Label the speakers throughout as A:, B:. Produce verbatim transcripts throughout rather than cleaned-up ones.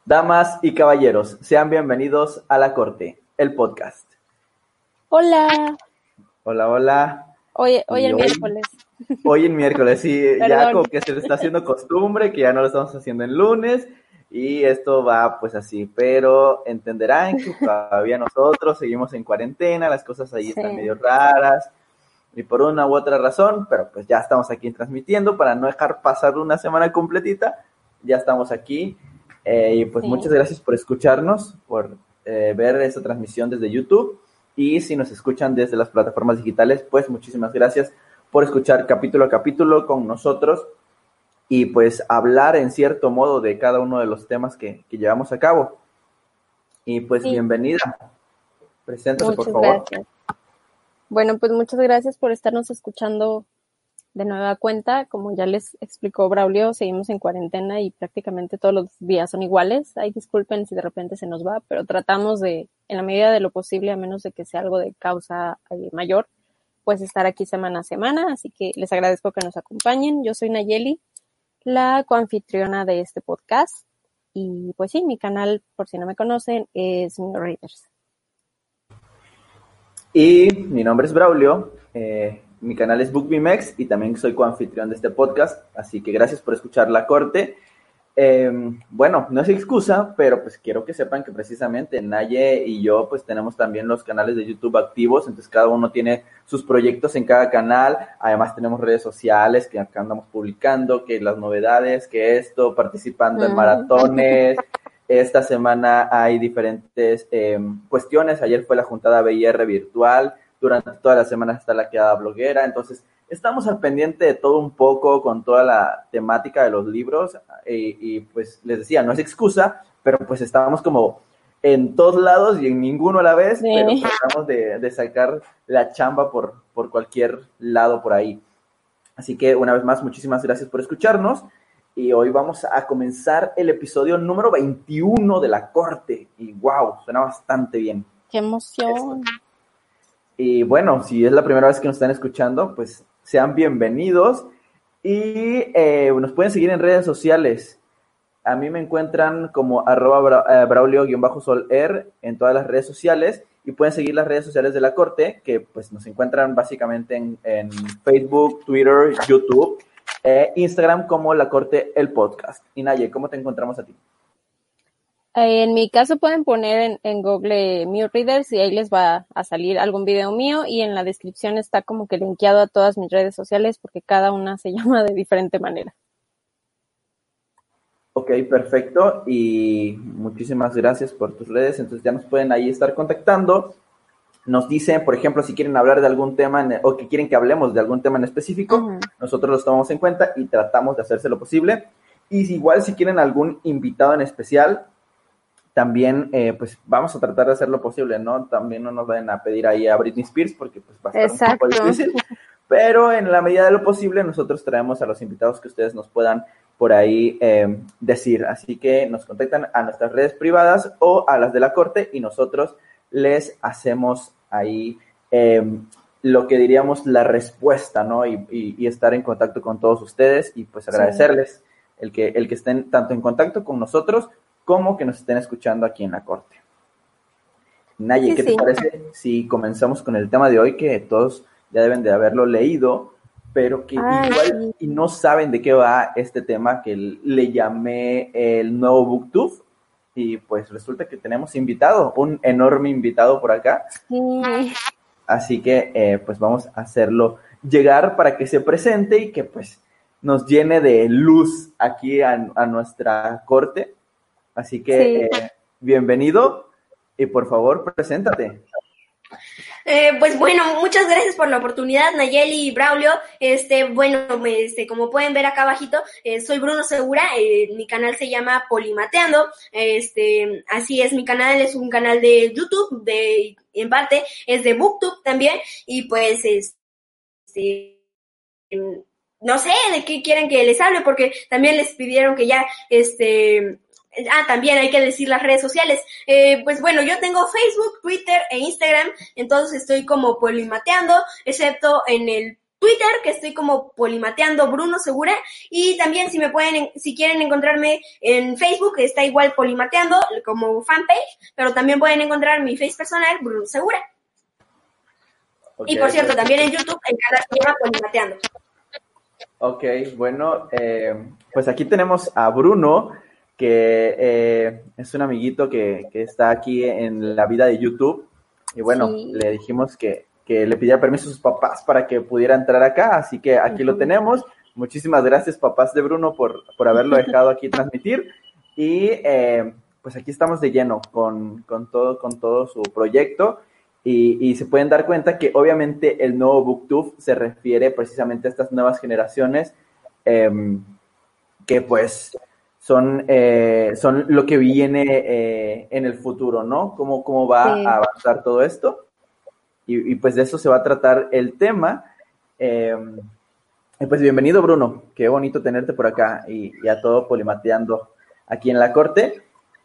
A: Damas y caballeros, sean bienvenidos a La Corte, el podcast.
B: Hola.
A: Hola, hola.
B: Hoy, hoy
A: Y
B: el
A: hoy,
B: miércoles.
A: hoy en miércoles, sí, ya
B: Perdón.
A: como que se le está haciendo costumbre, que ya no lo estamos haciendo en lunes, y esto va pues así, pero entenderán que todavía nosotros seguimos en cuarentena, las cosas ahí
B: Sí.
A: están medio raras, y por una u otra razón, pero pues ya estamos aquí transmitiendo para no dejar pasar una semana completita, ya estamos aquí, eh, y pues
B: Sí.
A: muchas gracias por escucharnos, por eh, ver esta transmisión desde YouTube, y si nos escuchan desde las plataformas digitales, pues muchísimas gracias por escuchar capítulo a capítulo con nosotros y pues hablar en cierto modo de cada uno de los temas que, que llevamos a cabo. Y pues
B: Sí.
A: bienvenida, preséntase
B: Muchas
A: por favor.
B: gracias. Bueno, pues muchas gracias por estarnos escuchando de nueva cuenta. Como ya les explicó Braulio, seguimos en cuarentena y prácticamente todos los días son iguales. Ay, disculpen si de repente se nos va, pero tratamos de, en la medida de lo posible, a menos de que sea algo de causa eh, mayor, pues estar aquí semana a semana. Así que les agradezco que nos acompañen. Yo soy Nayeli, la coanfitriona de este podcast. Y pues sí, mi canal, por si no me conocen, es New Readers.
A: Y mi nombre es Braulio, eh, mi canal es BookBeMex y también soy coanfitrión de este podcast, así que gracias por escuchar La Corte. Eh, bueno, no es excusa, pero pues quiero que sepan que precisamente Naye y yo pues tenemos también los canales de YouTube activos, entonces cada uno tiene sus proyectos en cada canal, además tenemos redes sociales que acá andamos publicando, que las novedades, que esto, participando en maratones. Esta semana hay diferentes eh, cuestiones, ayer fue la juntada B I R virtual, durante toda la semana está la quedada bloguera, entonces estamos al pendiente de todo un poco con toda la temática de los libros y, y pues les decía, no es excusa, pero pues estábamos como en todos lados y en ninguno a la vez,
B: Sí.
A: pero tratamos de, de sacar la chamba por, por cualquier lado por ahí. Así que una vez más, muchísimas gracias por escucharnos y hoy vamos a comenzar el episodio número veintiuno de La Corte y wow, suena bastante bien.
B: ¡Qué emoción!
A: Esto. Y bueno, si es la primera vez que nos están escuchando, pues sean bienvenidos y eh, nos pueden seguir en redes sociales. A mí me encuentran como arroba bra, eh, braulio-soler en todas las redes sociales y pueden seguir las redes sociales de La Corte, que pues nos encuentran básicamente en, en Facebook, Twitter, YouTube, eh, Instagram como La Corte el podcast. Y Naye, ¿cómo te encontramos a ti?
B: En mi caso pueden poner en, en Google New Readers y ahí les va a salir algún video mío y en la descripción está como que linkeado a todas mis redes sociales porque cada una se llama de diferente manera.
A: Ok, perfecto. Y muchísimas gracias por tus redes. Entonces ya nos pueden ahí estar contactando. Nos dicen, por ejemplo, si quieren hablar de algún tema en, o que quieren que hablemos de algún tema en específico, uh-huh. Nosotros los tomamos en cuenta y tratamos de hacerse lo posible. Y si, igual si quieren algún invitado en especial, también eh, pues vamos a tratar de hacer lo posible, ¿no? También no nos vayan a pedir ahí a Britney Spears porque pues va a estar Exacto. un poco difícil. Pero en la medida de lo posible nosotros traemos a los invitados que ustedes nos puedan por ahí eh, decir. Así que nos contactan a nuestras redes privadas o a las de La Corte y nosotros les hacemos ahí eh, lo que diríamos la respuesta, ¿no? Y, y, y estar en contacto con todos ustedes y pues agradecerles sí. el, que, el que estén tanto en contacto con nosotros como que nos estén escuchando aquí en La Corte. Naye, sí, ¿qué sí. te parece si comenzamos con el tema de hoy que todos ya deben de haberlo leído, pero que Ay, igual sí. y no saben de qué va este tema que le llamé el nuevo BookTube? Y pues resulta que tenemos invitado, un enorme invitado por acá.
B: Sí.
A: Así que eh, pues vamos a hacerlo llegar para que se presente y que pues nos llene de luz aquí a, a nuestra corte. Así que sí. eh, bienvenido y por favor preséntate.
C: Eh, pues bueno, muchas gracias por la oportunidad, Nayeli y Braulio. Este, bueno, este, como pueden ver acá abajito, eh, soy Bruno Segura, eh, mi canal se llama Polimateando, este, así es, mi canal es un canal de YouTube, de, en parte es de BookTube también, y pues, este, no sé de qué quieren que les hable, porque también les pidieron que ya, este, Ah, también hay que decir las redes sociales. Eh, pues bueno, yo tengo Facebook, Twitter e Instagram, entonces estoy como Polimateando, excepto en el Twitter, que estoy como Polimateando Bruno Segura, y también si me pueden, si quieren encontrarme en Facebook, está igual Polimateando como fanpage, pero también pueden encontrar mi face personal, Bruno Segura. Okay, y por cierto, también en YouTube el canal se llama Polimateando.
A: Ok, bueno, eh, pues aquí tenemos a Bruno, que eh, es un amiguito que, que está aquí en la vida de YouTube, y bueno, sí. le dijimos que, que le pidiera permiso a sus papás para que pudiera entrar acá, así que aquí uh-huh. lo tenemos. Muchísimas gracias, papás de Bruno, por, por haberlo dejado aquí transmitir, y eh, pues aquí estamos de lleno con, con, todo, con todo su proyecto. Y, y se pueden dar cuenta que obviamente el nuevo BookTube se refiere precisamente a estas nuevas generaciones eh, que pues son, eh, son lo que viene eh, en el futuro, ¿no? Cómo, cómo va sí. a avanzar todo esto. Y, y pues de eso se va a tratar el tema. Eh, y pues bienvenido, Bruno. Qué bonito tenerte por acá y, y a todo Polimateando aquí en la corte.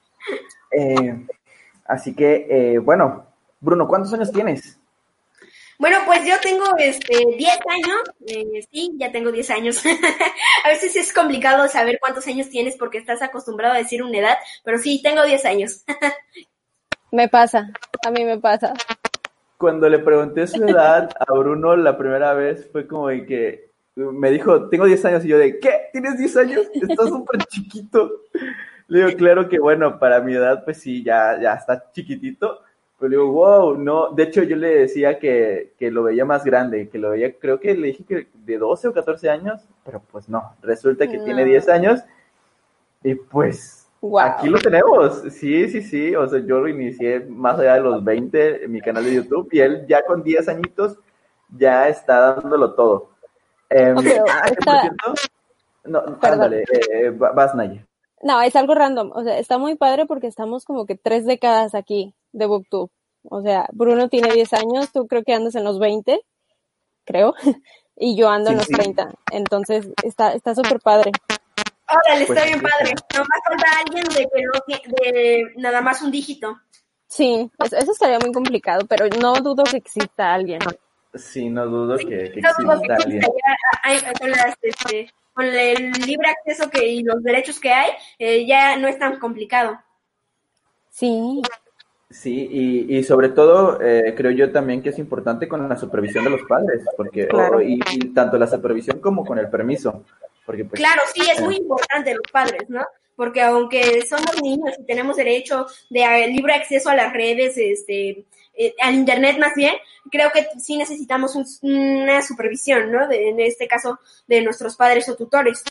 A: Eh, así que, eh, bueno... Bruno, ¿cuántos años tienes?
C: Bueno, pues yo tengo este diez años, eh, sí, ya tengo diez años. A veces es complicado saber cuántos años tienes porque estás acostumbrado a decir una edad, pero sí, tengo diez años.
B: Me pasa, a mí me pasa.
A: Cuando le pregunté su edad a Bruno la primera vez fue como de que me dijo, tengo diez años, y yo de, ¿qué? ¿Tienes diez años? Estás súper chiquito. Le digo, claro que bueno, para mi edad pues sí, ya, ya está chiquitito. Pero digo, wow, no, de hecho yo le decía que, que lo veía más grande, que lo veía, creo que le dije que de doce o catorce años, pero pues no, resulta que no. tiene diez años, y pues, wow. Aquí lo tenemos, sí, sí, sí, o sea, yo lo inicié más allá de los veinte en mi canal de YouTube, y él ya con diez añitos ya está dándolo todo. Eh, okay, ah, está... por cierto, no, ándale, eh, vas, Naya.
B: No, es algo random, o sea, está muy padre porque estamos como que tres décadas aquí de BookTube. O sea, Bruno tiene diez años, tú creo que andas en los veinte, creo, y yo ando sí, en los sí. treinta. Entonces, está está súper padre.
C: Órale, está pues, bien padre. Nomás falta alguien de que no de nada más un dígito.
B: Sí, eso, eso estaría muy complicado, pero no dudo que exista alguien.
A: Sí, no dudo sí, que, que no exista dudo que alguien.
C: Hay, con, las, este, con el libre acceso que, y los derechos que hay, eh, ya no es tan complicado.
B: Sí.
A: Sí, y, y sobre todo eh, creo yo también que es importante con la supervisión de los padres, porque claro. o, y, y tanto la supervisión como con el permiso. Porque, pues,
C: claro, sí, es muy importante los padres, ¿no? Porque aunque somos niños y tenemos derecho de a, libre acceso a las redes, este, eh, al internet más bien, creo que sí necesitamos un, una supervisión, ¿no? De, en este caso, de nuestros padres o tutores.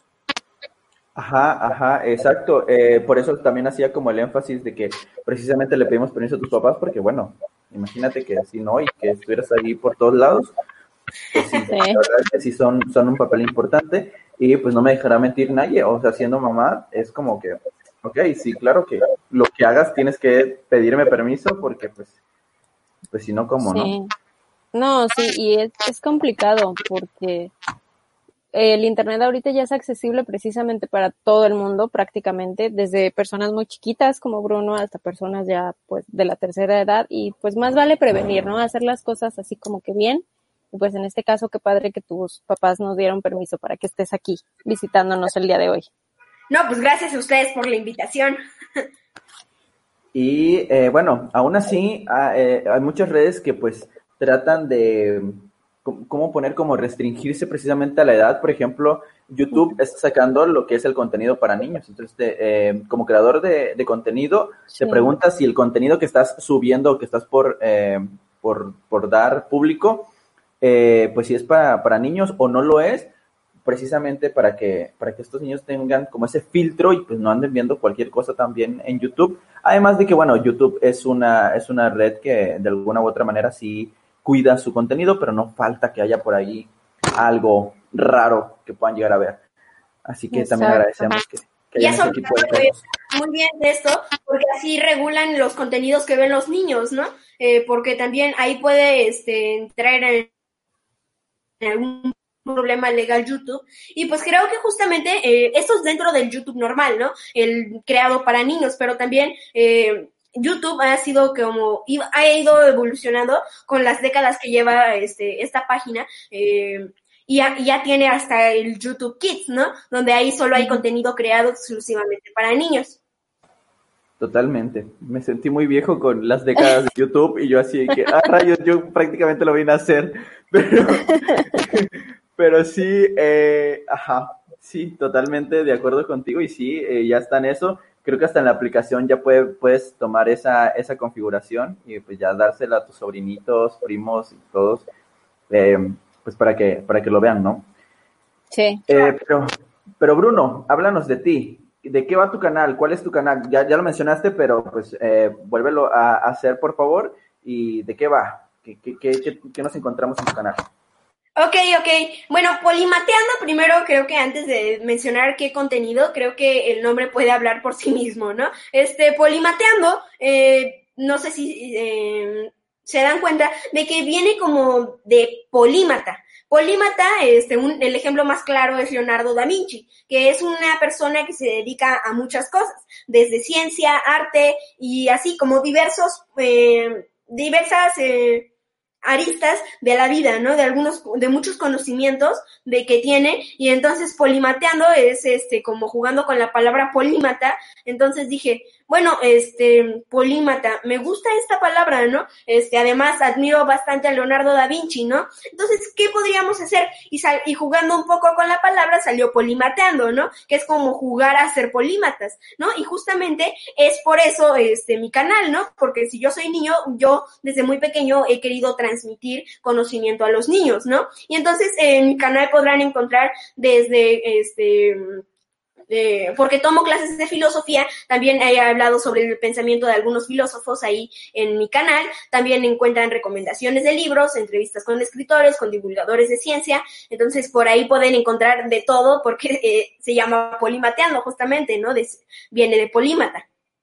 A: Ajá, ajá, exacto. Eh, por eso también hacía como el énfasis de que precisamente le pedimos permiso a tus papás, porque bueno, imagínate que si no y que estuvieras ahí por todos lados, pues sí, sí. La verdad es que sí son, son un papel importante y pues no me dejará mentir nadie, o sea, siendo mamá es como que, ok, sí, claro que lo que hagas tienes que pedirme permiso porque pues, pues si no, ¿cómo,
B: sí.
A: no?
B: No, sí, y es, es complicado porque el internet ahorita ya es accesible precisamente para todo el mundo prácticamente, desde personas muy chiquitas como Bruno hasta personas ya pues de la tercera edad, y pues más vale prevenir, ¿no? Hacer las cosas así como que bien. Y pues en este caso, qué padre que tus papás nos dieron permiso para que estés aquí visitándonos el día de hoy.
C: No, pues gracias a ustedes por la invitación.
A: Y eh, bueno, aún así eh, hay muchas redes que pues tratan de cómo poner como restringirse precisamente a la edad. Por ejemplo, YouTube uh-huh. está sacando lo que es el contenido para niños. Entonces, te, eh, como creador de, de contenido, sí. te preguntas si el contenido que estás subiendo o que estás por, eh, por, por dar público, eh, pues si es para, para niños o no lo es, precisamente para que, para que estos niños tengan como ese filtro y pues no anden viendo cualquier cosa también en YouTube. Además de que, bueno, YouTube es una, es una red que de alguna u otra manera sí cuida su contenido, pero no falta que haya por ahí algo raro que puedan llegar a ver. Así que Exacto. también agradecemos que, que
C: haya ese tipo de cosas. Muy bien esto, porque así regulan los contenidos que ven los niños, ¿no? Eh, porque también ahí puede este, entrar en, en algún problema legal YouTube, y pues creo que justamente eh, esto es dentro del YouTube normal, ¿no? El creado para niños, pero también eh, YouTube ha sido como, ha ido evolucionando con las décadas que lleva este esta página, eh, y ya, y ya tiene hasta el YouTube Kids, ¿no? Donde ahí solo hay contenido creado exclusivamente para niños.
A: Totalmente. Me sentí muy viejo con las décadas de YouTube y yo así que, ah, rayos, yo prácticamente lo vine a hacer. Pero, pero sí, eh, ajá, sí, totalmente de acuerdo contigo y sí, eh, ya está en eso. Creo que hasta en la aplicación ya puede, puedes tomar esa, esa configuración y pues ya dársela a tus sobrinitos, primos y todos, eh, pues para que, para que lo vean, ¿no?
B: Sí.
A: Eh, pero, pero Bruno, háblanos de ti. ¿De qué va tu canal? ¿Cuál es tu canal? Ya, ya lo mencionaste, pero pues eh, vuélvelo a, a hacer, por favor. ¿Y de qué va? ¿Qué, qué, qué, qué nos encontramos en tu canal?
C: Ok, ok. Bueno, Polimateando, primero creo que antes de mencionar qué contenido, creo que el nombre puede hablar por sí mismo, ¿no? Este, Polimateando, eh, no sé si eh, se dan cuenta de que viene como de polímata. Polímata, este, un, el ejemplo más claro es Leonardo da Vinci, que es una persona que se dedica a muchas cosas, desde ciencia, arte y así como diversos, eh, diversas eh, aristas de la vida, ¿no? De algunos, de muchos conocimientos de que tiene, y entonces polimateando es este como jugando con la palabra polímata. Entonces dije, bueno, este, polímata, me gusta esta palabra, ¿no? Este, además admiro bastante a Leonardo da Vinci, ¿no? Entonces, ¿qué podríamos hacer? Y, sal, y jugando un poco con la palabra salió polimateando, ¿no? Que es como jugar a ser polímatas, ¿no? Y justamente es por eso, este, mi canal, ¿no? Porque si yo soy niño, yo desde muy pequeño he querido transmitir conocimiento a los niños, ¿no? Y entonces en mi canal podrán encontrar desde, este, Eh, porque tomo clases de filosofía, también he hablado sobre el pensamiento de algunos filósofos ahí en mi canal, también encuentran recomendaciones de libros, entrevistas con escritores, con divulgadores de ciencia, entonces por ahí pueden encontrar de todo porque eh, se llama Polimateando justamente, ¿no? De, viene de polímata.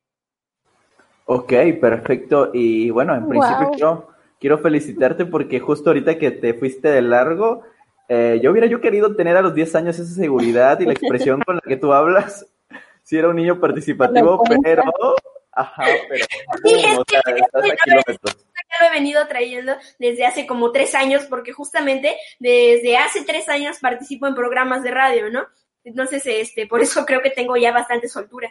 A: Ok, perfecto, y bueno, en principio
B: Wow.
A: quiero, quiero felicitarte porque justo ahorita que te fuiste de largo, Eh, yo hubiera yo querido tener a los diez años esa seguridad y la expresión con la que tú hablas. Si era un niño participativo, pero... Ajá, pero...
C: Sí,
A: boom,
C: es
A: o
C: que,
A: sea,
C: es
A: estás
C: que
A: a kilómetros.
C: ya lo he venido trayendo desde hace como tres años, porque justamente desde hace tres años participo en programas de radio, ¿no? Entonces, este, por eso creo que tengo ya bastante soltura.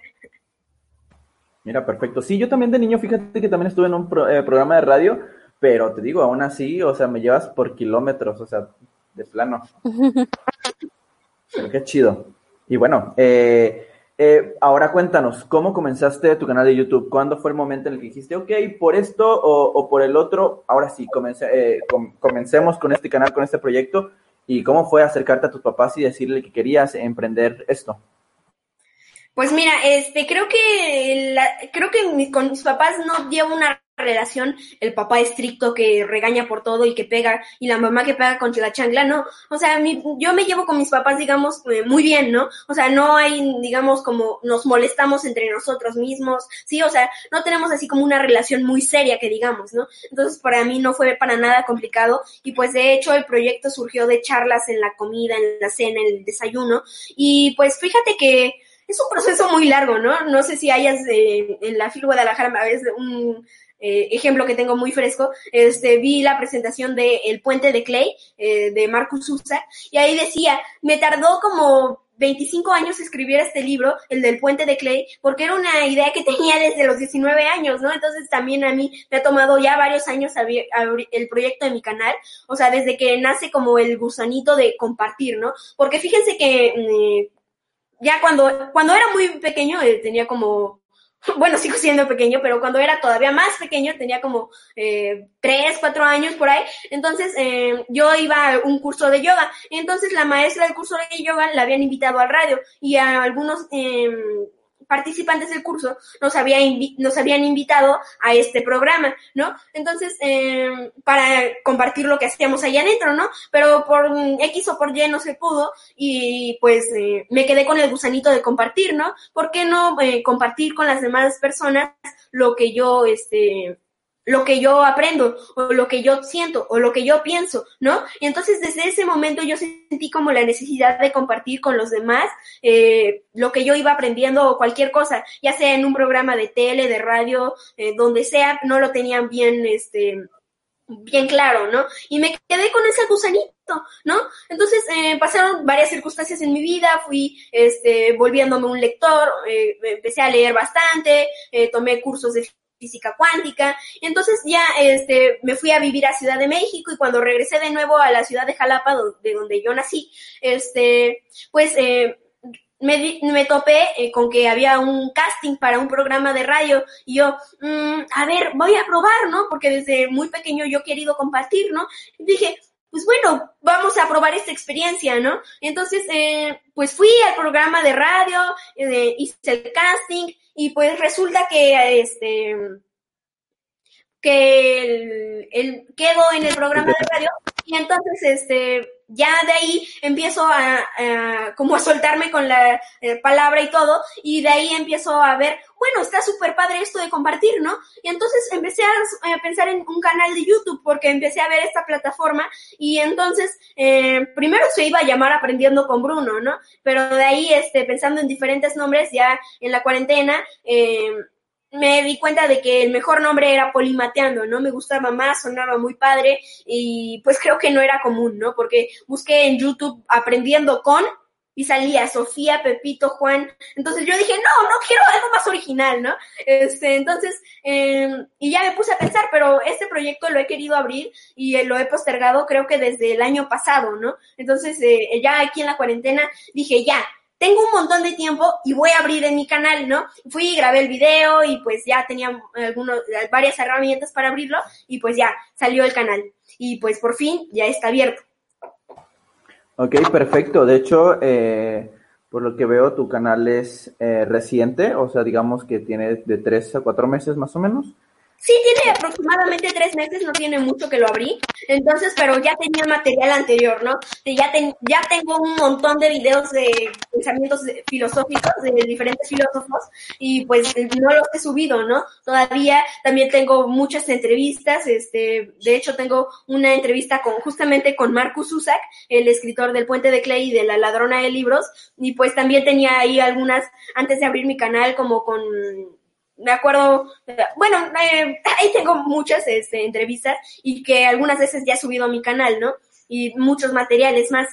A: Mira, perfecto. Sí, yo también de niño, fíjate que también estuve en un pro, eh, programa de radio, pero te digo, aún así, o sea, me llevas por kilómetros, o sea, de plano. Pero qué chido. Y bueno, eh, eh, ahora cuéntanos, ¿cómo comenzaste tu canal de YouTube? ¿Cuándo fue el momento en el que dijiste, ok, por esto o, o por el otro? Ahora sí, comencé, eh, com- comencemos con este canal, con este proyecto. ¿Y cómo fue acercarte a tus papás y decirle que querías emprender esto?
C: Pues mira, este, creo que la, creo que mi, con mis papás no llevo una relación, el papá estricto que regaña por todo y que pega, y la mamá que pega contra la chancla, no. O sea, mi, yo me llevo con mis papás, digamos, eh, muy bien, ¿no? O sea, no hay, digamos, como nos molestamos entre nosotros mismos, sí, o sea, no tenemos así como una relación muy seria que digamos, ¿no? Entonces, para mí no fue para nada complicado, y pues de hecho el proyecto surgió de charlas en la comida, en la cena, en el desayuno, y pues fíjate que es un proceso muy largo, ¿no? No sé si hayas eh, en la FIL Guadalajara, es un eh, ejemplo que tengo muy fresco, este, vi la presentación de El Puente de Clay, eh, de Marcus Zusa, y ahí decía, me tardó como veinticinco años escribir este libro, el del Puente de Clay, porque era una idea que tenía desde los diecinueve años, ¿no? Entonces también a mí me ha tomado ya varios años abrir, abrir el proyecto de mi canal, o sea, desde que nace como el gusanito de compartir, ¿no? Porque fíjense que... Eh, ya cuando, cuando era muy pequeño, eh, tenía como, bueno, sigo siendo pequeño, pero cuando era todavía más pequeño, tenía como eh, tres, cuatro años por ahí, entonces eh, yo iba a un curso de yoga, entonces la maestra del curso de yoga la habían invitado al radio, y a algunos eh, participantes del curso nos, había invi- nos habían invitado a este programa, ¿no? Entonces, eh, para compartir lo que hacíamos allá adentro, ¿no? Pero por X o por Y no se pudo, y pues eh, me quedé con el gusanito de compartir, ¿no? ¿Por qué no eh, compartir con las demás personas lo que yo, este... lo que yo aprendo, o lo que yo siento, o lo que yo pienso, ¿no? Y entonces desde ese momento yo sentí como la necesidad de compartir con los demás eh, lo que yo iba aprendiendo o cualquier cosa, ya sea en un programa de tele, de radio, eh, donde sea, no lo tenían bien, este... bien claro, ¿no? Y me quedé con ese gusanito, ¿no? Entonces eh, pasaron varias circunstancias en mi vida, fui este, volviéndome un lector, eh, empecé a leer bastante, eh, tomé cursos de física cuántica, y entonces ya este, me fui a vivir a Ciudad de México, y cuando regresé de nuevo a la ciudad de Jalapa, de donde yo nací, este, pues eh, me, me topé eh, con que había un casting para un programa de radio, y yo, mmm, a ver, voy a probar, ¿no? Porque desde muy pequeño yo he querido compartir, ¿no? Y dije, pues bueno, vamos a probar esta experiencia, ¿no? Entonces, eh, pues fui al programa de radio, eh, hice el casting, y pues resulta que, este, que el, el quedo en el programa de radio, y entonces, este, ya de ahí empiezo a, a como a soltarme con la eh, palabra y todo, y de ahí empiezo a ver, bueno, está súper padre esto de compartir, ¿no? Y entonces empecé a, a pensar en un canal de YouTube, porque empecé a ver esta plataforma, y entonces eh, primero se iba a llamar Aprendiendo con Bruno, ¿no? Pero de ahí, este, pensando en diferentes nombres, ya en la cuarentena, eh, me di cuenta de que el mejor nombre era Polimateando, ¿no? Me gustaba más, sonaba muy padre, y pues creo que no era común, ¿no? Porque busqué en YouTube Aprendiendo con, y salía Sofía, Pepito, Juan. Entonces yo dije, no, no quiero algo más original, ¿no? Este, entonces, eh, y ya me puse a pensar, pero este proyecto lo he querido abrir y eh, lo he postergado creo que desde el año pasado, ¿no? Entonces, eh, ya aquí en la cuarentena dije, ya, tengo un montón de tiempo y voy a abrir en mi canal, ¿no? Fui y grabé el video, y pues ya tenía algunos, varias herramientas para abrirlo, y pues ya salió el canal. Y pues por fin ya está abierto.
A: Ok, perfecto. De hecho, eh, por lo que veo, tu canal es eh, reciente, o sea, digamos que tiene de tres a cuatro meses más o menos.
C: Sí, tiene aproximadamente tres meses, no tiene mucho que lo abrí, entonces, pero ya tenía material anterior, ¿no? Ya, ten, ya tengo un montón de videos de pensamientos filosóficos de diferentes filósofos, y pues no los he subido, ¿no? Todavía también tengo muchas entrevistas, este, de hecho tengo una entrevista con, justamente con Marcus Zusak, el escritor del Puente de Clay y de La Ladrona de Libros, y pues también tenía ahí algunas, antes de abrir mi canal, como con... Me acuerdo, bueno, eh, ahí tengo muchas este, entrevistas, y que algunas veces ya he subido a mi canal, ¿no? Y muchos materiales más.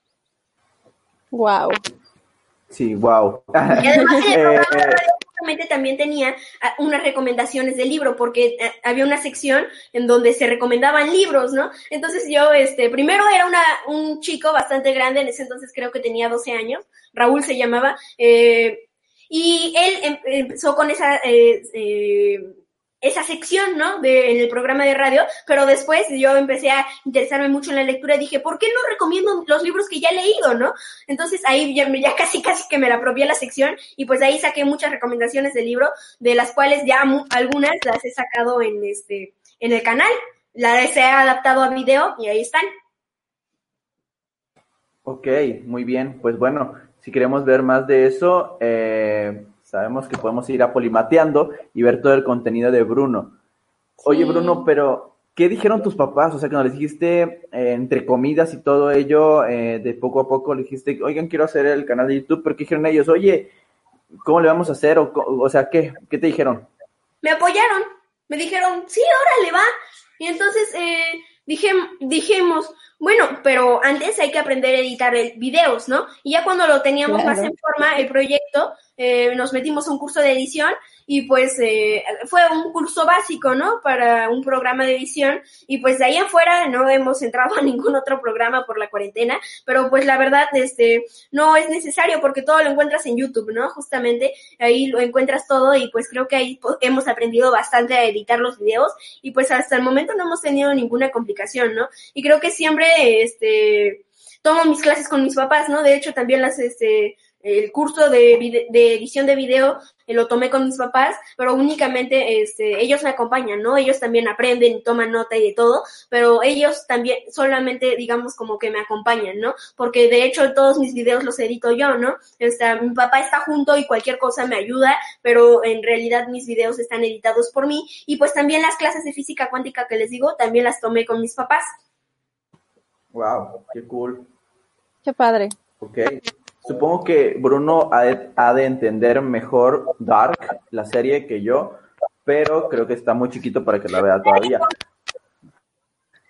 B: Wow.
A: Sí, wow.
C: Y además en el programa de radio justamente también tenía unas recomendaciones de libro, porque había una sección en donde se recomendaban libros, ¿no? Entonces yo, este, primero era una un chico bastante grande, en ese entonces creo que tenía doce años, Raúl se llamaba, eh, y él empezó con esa eh, eh, esa sección, ¿no? De, en el programa de radio, pero después yo empecé a interesarme mucho en la lectura y dije, ¿por qué no recomiendo los libros que ya he leído, no? Entonces ahí ya, ya casi casi que me la apropié la sección, y pues ahí saqué muchas recomendaciones de libro, de las cuales ya mu- algunas las he sacado en este en el canal, las he adaptado a video y ahí están.
A: Ok, muy bien. Pues bueno, si queremos ver más de eso, eh, sabemos que podemos ir a Polimateando y ver todo el contenido de Bruno. Oye,
B: Sí.
A: Bruno, pero ¿qué dijeron tus papás? O sea, cuando les dijiste, eh, entre comidas y todo ello, eh, de poco a poco le dijiste, oigan, quiero hacer el canal de YouTube, pero ¿qué dijeron ellos? Oye, ¿cómo le vamos a hacer? O, o sea, ¿qué? ¿Qué te dijeron?
C: Me apoyaron, me dijeron, sí, órale, va. Y entonces eh, dije, dijimos, bueno, pero antes hay que aprender a editar el, videos, ¿no? Y ya cuando lo teníamos
B: Claro.
C: más en forma, el proyecto, eh, nos metimos a un curso de edición, y pues eh, fue un curso básico, ¿no? Para un programa de edición, y pues de ahí en fuera no hemos entrado a ningún otro programa por la cuarentena, pero pues la verdad, este, no es necesario, porque todo lo encuentras en YouTube, ¿no? Justamente ahí lo encuentras todo, y pues creo que ahí hemos aprendido bastante a editar los videos, y pues hasta el momento no hemos tenido ninguna complicación, ¿no? Y creo que siempre, este, tomo mis clases con mis papás, ¿no? De hecho, también las, este, el curso de, vide- de edición de video eh, lo tomé con mis papás, pero únicamente, este, ellos me acompañan, ¿no? Ellos también aprenden, toman nota y de todo, pero ellos también solamente, digamos, como que me acompañan, ¿no? Porque de hecho todos mis videos los edito yo, ¿no? O sea, mi papá está junto y cualquier cosa me ayuda, pero en realidad mis videos están editados por mí, y pues también las clases de física cuántica que les digo, también las tomé con mis papás.
A: Wow, qué cool.
B: Qué padre.
A: Ok. Supongo que Bruno ha de, ha de entender mejor Dark, la serie, que yo, pero creo que está muy chiquito para que la vea todavía.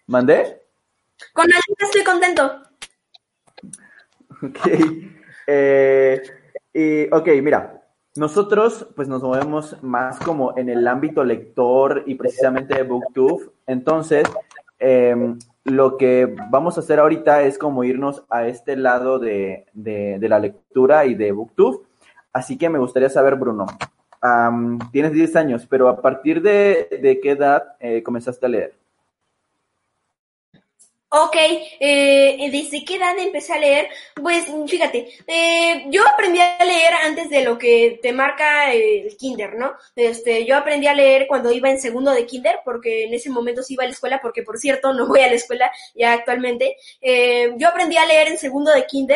A: ¿Mandé?
C: Con Alita estoy contento.
A: Ok. Eh, y, ok, mira. Nosotros, pues, nos movemos más como en el ámbito lector y precisamente de BookTube. Entonces, eh, lo que vamos a hacer ahorita es como irnos a este lado de, de, de la lectura y de BookTube. Así que me gustaría saber, Bruno, um, tienes diez años, pero ¿a partir de, de qué edad eh, comenzaste a leer?
C: Ok, eh, ¿desde qué edad empecé a leer? Pues fíjate, eh, yo aprendí a leer antes de lo que te marca el kinder, ¿no? Este, yo aprendí a leer cuando iba en segundo de kinder, porque en ese momento sí iba a la escuela, porque por cierto no voy a la escuela ya actualmente. Eh, yo aprendí a leer en segundo de kinder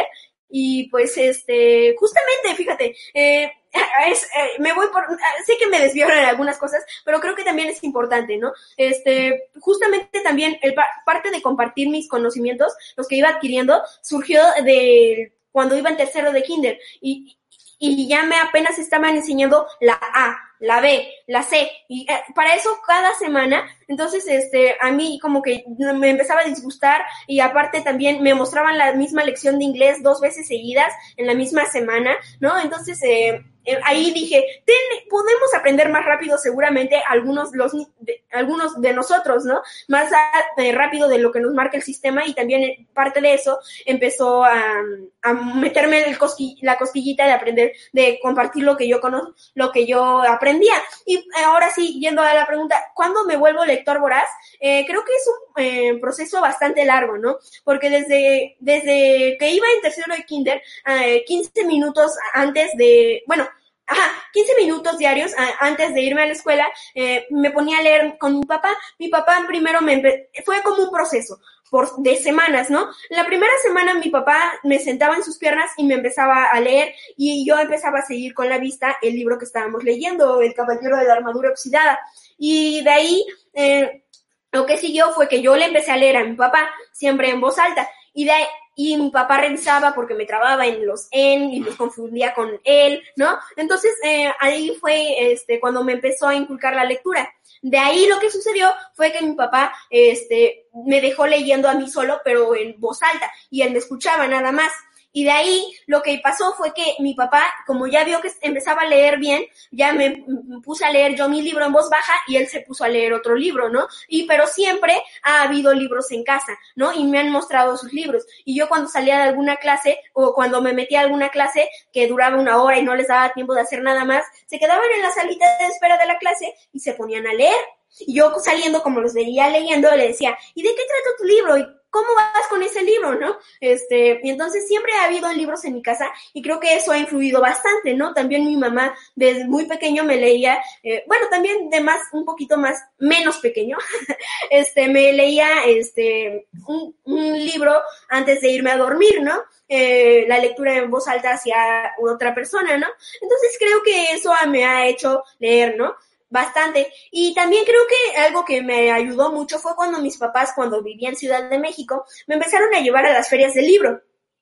C: y pues este, justamente, fíjate, eh, es, eh, me voy por, sé que me desviaron en algunas cosas, pero creo que también es importante, ¿no? Este, justamente también el parte de compartir mis conocimientos, los que iba adquiriendo, surgió de cuando iba en tercero de kinder y, y ya me apenas estaban enseñando la A, la B, la C, y eh, para eso cada semana, entonces este, a mí como que me empezaba a disgustar y aparte también me mostraban la misma lección de inglés dos veces seguidas en la misma semana, ¿no? Entonces, eh, eh, ahí dije, ten, podemos aprender más rápido seguramente algunos, los, de, algunos de nosotros, ¿no? Más a, eh, rápido de lo que nos marca el sistema y también eh, parte de eso empezó a, a meterme el cosqui, la cosquillita de aprender, de compartir lo que yo conozco, lo que yo aprendía. Y ahora sí, yendo a la pregunta, ¿cuándo me vuelvo lector voraz? Eh, creo que es un eh, proceso bastante largo, ¿no? Porque desde, desde que iba en tercero de kinder, eh, quince minutos antes de, bueno, Ajá, quince minutos diarios a, antes de irme a la escuela, eh, me ponía a leer con mi papá. Mi papá primero me empe- fue como un proceso por de semanas, ¿no? La primera semana mi papá me sentaba en sus piernas y me empezaba a leer y yo empezaba a seguir con la vista el libro que estábamos leyendo, El Caballero de la Armadura Oxidada. Y de ahí, eh, lo que siguió fue que yo le empecé a leer a mi papá, siempre en voz alta. Y de ahí, y mi papá revisaba porque me trababa en los en y los confundía con él, ¿no? Entonces, eh, ahí fue este cuando me empezó a inculcar la lectura. De ahí lo que sucedió fue que mi papá este me dejó leyendo a mí solo, pero en voz alta, y él me escuchaba nada más. Y de ahí lo que pasó fue que mi papá, como ya vio que empezaba a leer bien, ya me puse a leer yo mi libro en voz baja y él se puso a leer otro libro, ¿no? Y pero siempre ha habido libros en casa, ¿no? Y me han mostrado sus libros. Y yo cuando salía de alguna clase o cuando me metía a alguna clase que duraba una hora y no les daba tiempo de hacer nada más, se quedaban en la salita de espera de la clase y se ponían a leer. Y yo saliendo como los veía leyendo le decía, ¿y de qué trata tu libro? ¿Y cómo vas con ese libro, no? Este, y entonces siempre ha habido libros en mi casa y creo que eso ha influido bastante, ¿no? También mi mamá desde muy pequeño me leía, eh, bueno, también de más, un poquito más, menos pequeño, este, me leía, este, un, un libro antes de irme a dormir, ¿no? Eh, la lectura en voz alta hacia otra persona, ¿no? Entonces creo que eso me ha hecho leer, ¿no? Bastante. Y también creo que algo que me ayudó mucho fue cuando mis papás, cuando vivía en Ciudad de México, me empezaron a llevar a las ferias del libro.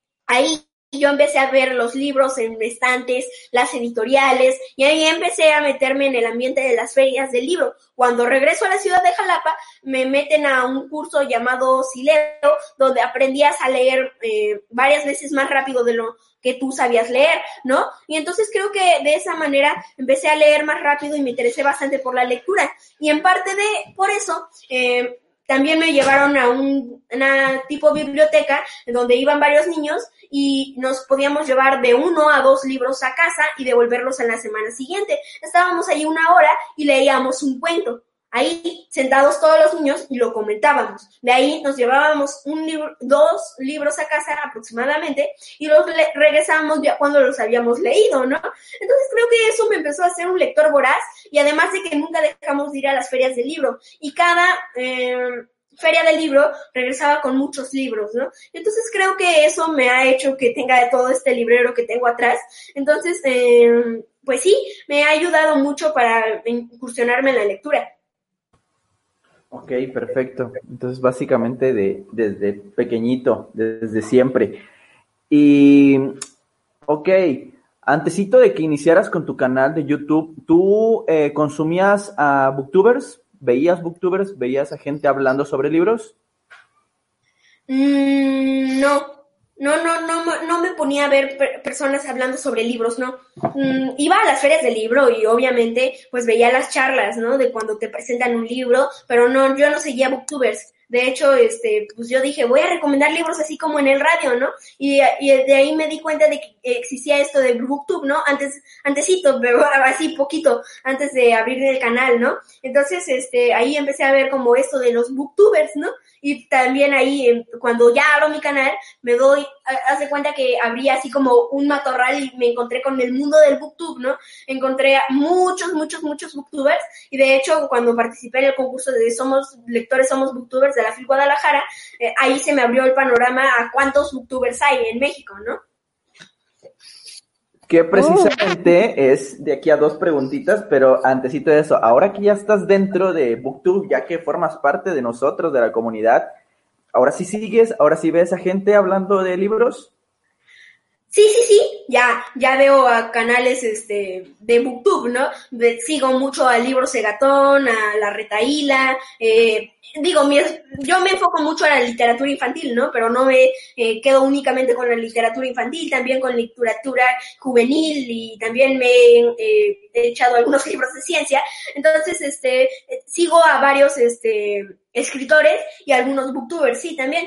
C: Ahí yo empecé a ver los libros en estantes, las editoriales, y ahí empecé a meterme en el ambiente de las ferias del libro. Cuando regreso a la ciudad de Jalapa, me meten a un curso llamado Sileo, donde aprendías a leer eh, varias veces más rápido de lo que tú sabías leer, ¿no? Y entonces creo que de esa manera empecé a leer más rápido y me interesé bastante por la lectura. Y en parte de, por eso, eh, también me llevaron a un, una tipo biblioteca donde iban varios niños y nos podíamos llevar de uno a dos libros a casa y devolverlos en la semana siguiente. Estábamos ahí una hora y leíamos un cuento. Ahí, sentados todos los niños, y lo comentábamos. De ahí nos llevábamos un libro, dos libros a casa aproximadamente, y los le- regresábamos ya cuando los habíamos leído, ¿no? Entonces creo que eso me empezó a hacer un lector voraz, y además de que nunca dejamos de ir a las ferias del libro. Y cada eh, feria del libro regresaba con muchos libros, ¿no? Entonces creo que eso me ha hecho que tenga todo este librero que tengo atrás. Entonces, eh, pues sí, me ha ayudado mucho para incursionarme en la lectura.
A: Ok, perfecto. Entonces, básicamente de, desde pequeñito, desde siempre. Y, ok, antesito de que iniciaras con tu canal de YouTube, ¿tú eh, consumías a booktubers? ¿Veías booktubers? ¿Veías a gente hablando sobre libros?
C: Mm, no. No, no, no, no me ponía a ver per- personas hablando sobre libros, no. Mm, iba a las ferias del libro y obviamente pues veía las charlas, ¿no? De cuando te presentan un libro, pero no, yo no seguía booktubers. De hecho, este, pues yo dije, voy a recomendar libros así como en el radio, ¿no? Y, y de ahí me di cuenta de que existía esto de booktube, ¿no? Antes, antesito, pero así poquito, antes de abrir el canal, ¿no? Entonces, este, ahí empecé a ver como esto de los booktubers, ¿no? Y también ahí, cuando ya abro mi canal, me doy, hace cuenta que abría así como un matorral y me encontré con el mundo del booktube, ¿no? Encontré muchos, muchos, muchos booktubers y de hecho cuando participé en el concurso de Somos Lectores, Somos Booktubers de la F I L Guadalajara, eh, ahí se me abrió el panorama a cuántos booktubers hay en México, ¿no?
A: Que precisamente oh. es de aquí a dos preguntitas, pero antesito de eso, ahora que ya estás dentro de BookTube, ya que formas parte de nosotros, de la comunidad, ¿ahora sí sigues, ahora sí ves a gente hablando de libros?
C: Sí, sí, sí, ya, ya veo a canales este de BookTube, ¿no? De, sigo mucho al Libro Segatón, a La Retahíla, eh, digo, mi, yo me enfoco mucho a la literatura infantil, ¿no? Pero no me eh, quedo únicamente con la literatura infantil, también con literatura juvenil y también me eh, he echado algunos libros de ciencia. Entonces, este, sigo a varios este escritores y a algunos booktubers, sí, también.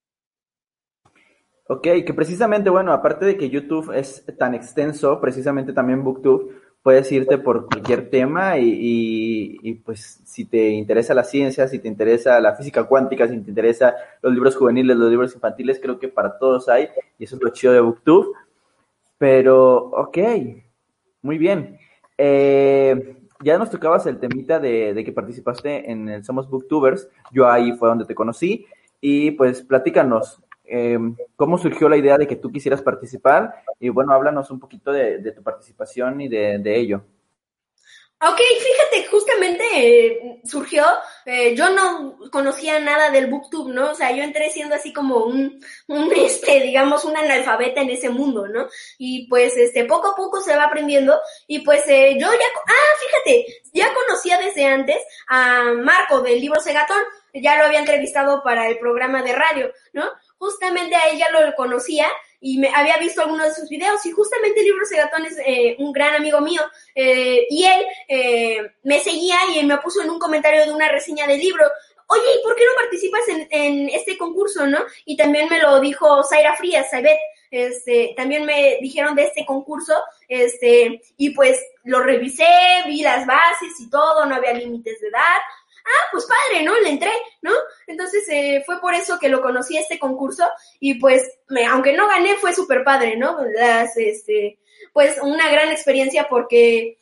A: Ok, que precisamente, bueno, aparte de que YouTube es tan extenso, precisamente también BookTube, puedes irte por cualquier tema y, y, y pues si te interesa la ciencia, si te interesa la física cuántica, si te interesa los libros juveniles, los libros infantiles, creo que para todos hay, y eso es lo chido de BookTube. Pero, ok, muy bien. Eh, ya nos tocabas el temita de, de que participaste en el Somos Booktubers, yo ahí fue donde te conocí, y pues platícanos. Eh, ¿Cómo surgió la idea de que tú quisieras participar? Y bueno, háblanos un poquito de, de tu participación y de, de ello.
C: Ok, fíjate, justamente eh, surgió, eh, yo no conocía nada del BookTube, ¿no? O sea, yo entré siendo así como un, un, este, digamos, un analfabeta en ese mundo, ¿no? Y pues, este, poco a poco se va aprendiendo y pues eh, yo ya, ah, fíjate, ya conocía desde antes a Marco del Libro Segatón, ya lo había entrevistado para el programa de radio, ¿no? Justamente a ella lo conocía y me había visto algunos de sus videos y justamente el Libro Segatón es eh, un gran amigo mío eh, y él eh, me seguía y él me puso en un comentario de una reseña del libro, oye, ¿y por qué no participas en, en este concurso, no? Y también me lo dijo Zaira Frías, Saibet, este, también me dijeron de este concurso, este, y pues lo revisé, vi las bases y todo, no había límites de edad. Ah, pues padre, ¿no? Le entré, ¿no? Entonces eh, fue por eso que lo conocí este concurso y pues, me, aunque no gané, fue súper padre, ¿no? Las, este, pues una gran experiencia porque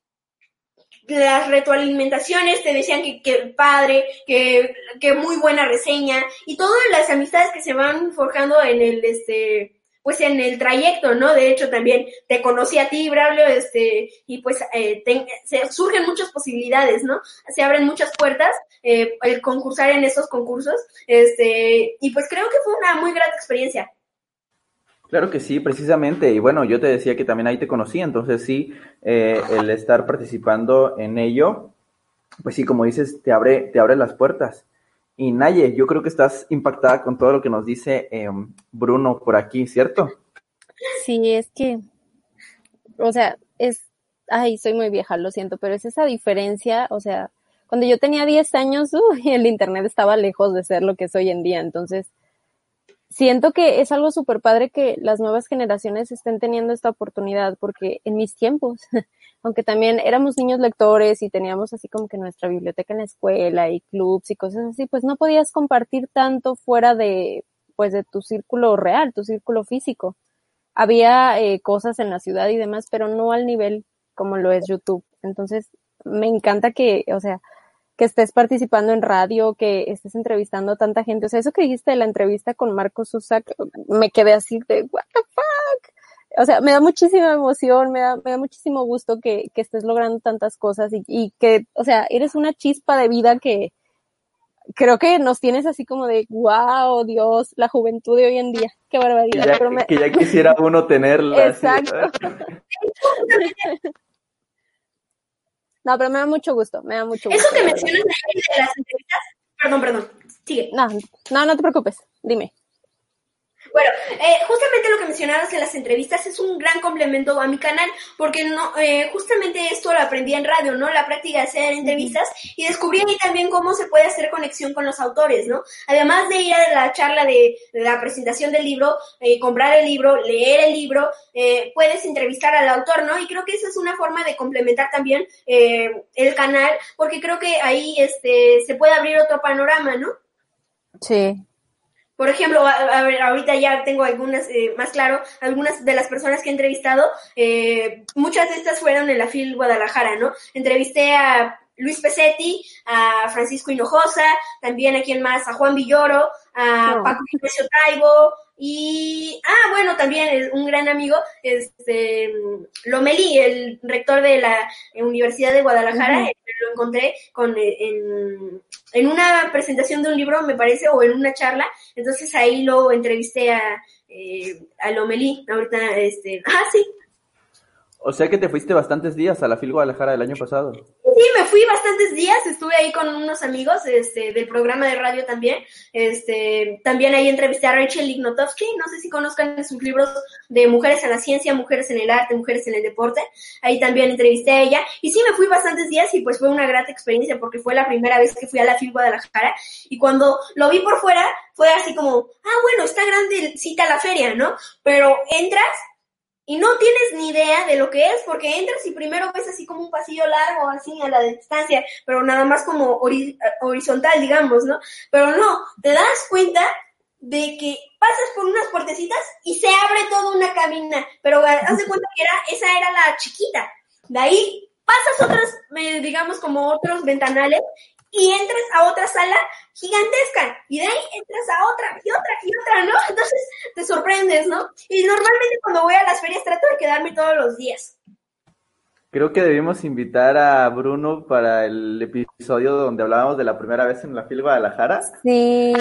C: las retroalimentaciones te decían que, que padre, que, que muy buena reseña y todas las amistades que se van forjando en el, este, pues en el trayecto, ¿no? De hecho, también te conocí a ti, Braulio, este, y pues eh, te, se surgen muchas posibilidades, ¿no? Se abren muchas puertas, eh, el concursar en estos concursos, este, y pues creo que fue una muy grata experiencia.
A: Claro que sí, precisamente, y bueno, yo te decía que también ahí te conocí, entonces sí, eh, el estar participando en ello, pues sí, como dices, te abre, te abre las puertas. Y Naye, yo creo que estás impactada con todo lo que nos dice eh, Bruno por aquí, ¿cierto?
B: Sí, es que, o sea, es, ay, soy muy vieja, lo siento, pero es esa diferencia, o sea, cuando yo tenía diez años, uy, el internet estaba lejos de ser lo que es hoy en día, entonces siento que es algo súper padre que las nuevas generaciones estén teniendo esta oportunidad, porque en mis tiempos, aunque también éramos niños lectores y teníamos así como que nuestra biblioteca en la escuela y clubs y cosas así, pues no podías compartir tanto fuera de, pues de tu círculo real, tu círculo físico. Había eh, cosas en la ciudad y demás, pero no al nivel como lo es YouTube. Entonces, me encanta que, o sea, que estés participando en radio, que estés entrevistando a tanta gente. O sea, eso que dijiste de la entrevista con Marco Zusak, me quedé así de, what the fuck? O sea, me da muchísima emoción, me da, me da muchísimo gusto que, que estés logrando tantas cosas y, y que, o sea, eres una chispa de vida que creo que nos tienes así como de, wow, Dios, la juventud de hoy en día. Qué barbaridad.
A: Que ya,
B: Pero me...
A: que ya quisiera uno tenerla.
B: Exacto.
A: Así.
B: No, pero me da mucho gusto, me da mucho gusto.
C: Eso que mencionas de las entrevistas, perdón, perdón, sigue.
B: No, no, no te preocupes, dime.
C: Bueno, eh, justamente lo que mencionabas de las entrevistas es un gran complemento a mi canal, porque no, eh, justamente esto lo aprendí en radio, ¿no? La práctica de hacer entrevistas uh-huh. y descubrí ahí también cómo se puede hacer conexión con los autores, ¿no? Además de ir a la charla de, de la presentación del libro, eh, comprar el libro, leer el libro, eh, puedes entrevistar al autor, ¿no? Y creo que esa es una forma de complementar también eh, el canal, porque creo que ahí este se puede abrir otro panorama, ¿no?
B: Sí.
C: Por ejemplo, a, a ver, ahorita ya tengo algunas, eh, más claro, algunas de las personas que he entrevistado, eh, muchas de estas fueron en la FIL Guadalajara, ¿no? Entrevisté a Luis Pesetti, a Francisco Hinojosa, también a quien más, a Juan Villoro, a no. Paco Ignacio Taibo, y, ah, bueno, también un gran amigo, este, Lomelí, el rector de la Universidad de Guadalajara, uh-huh. lo encontré con, en, en una presentación de un libro, me parece, o en una charla, entonces ahí lo entrevisté a, eh, a Lomelí, ahorita, este, ah, sí.
A: O sea que te fuiste bastantes días a la FIL Guadalajara del año pasado.
C: Sí, me fui bastantes días, estuve ahí con unos amigos este, del programa de radio también. Este, también ahí entrevisté a Rachel Lignotovsky, no sé si conozcan sus libros de Mujeres en la Ciencia, Mujeres en el Arte, Mujeres en el Deporte. Ahí también entrevisté a ella. Y sí, me fui bastantes días y pues fue una grata experiencia porque fue la primera vez que fui a la FIL Guadalajara. Y cuando lo vi por fuera, fue así como, ah, bueno, está grandecita la feria, ¿no? Pero entras y no tienes ni idea de lo que es, porque entras y primero ves así como un pasillo largo, así a la distancia, pero nada más como ori- horizontal, digamos, ¿no? Pero no, te das cuenta de que pasas por unas puertecitas y se abre toda una cabina, pero haz de cuenta que era, esa era la chiquita. De ahí pasas otras, eh, digamos como otros ventanales, y entras a otra sala gigantesca, y de ahí entras a otra, y otra, y otra, ¿no? Entonces te sorprendes, ¿no? Y normalmente cuando voy a las ferias trato de quedarme todos los días.
A: Creo que debimos invitar a Bruno para el episodio donde hablábamos de la primera vez en la FIL Guadalajara.
B: Sí.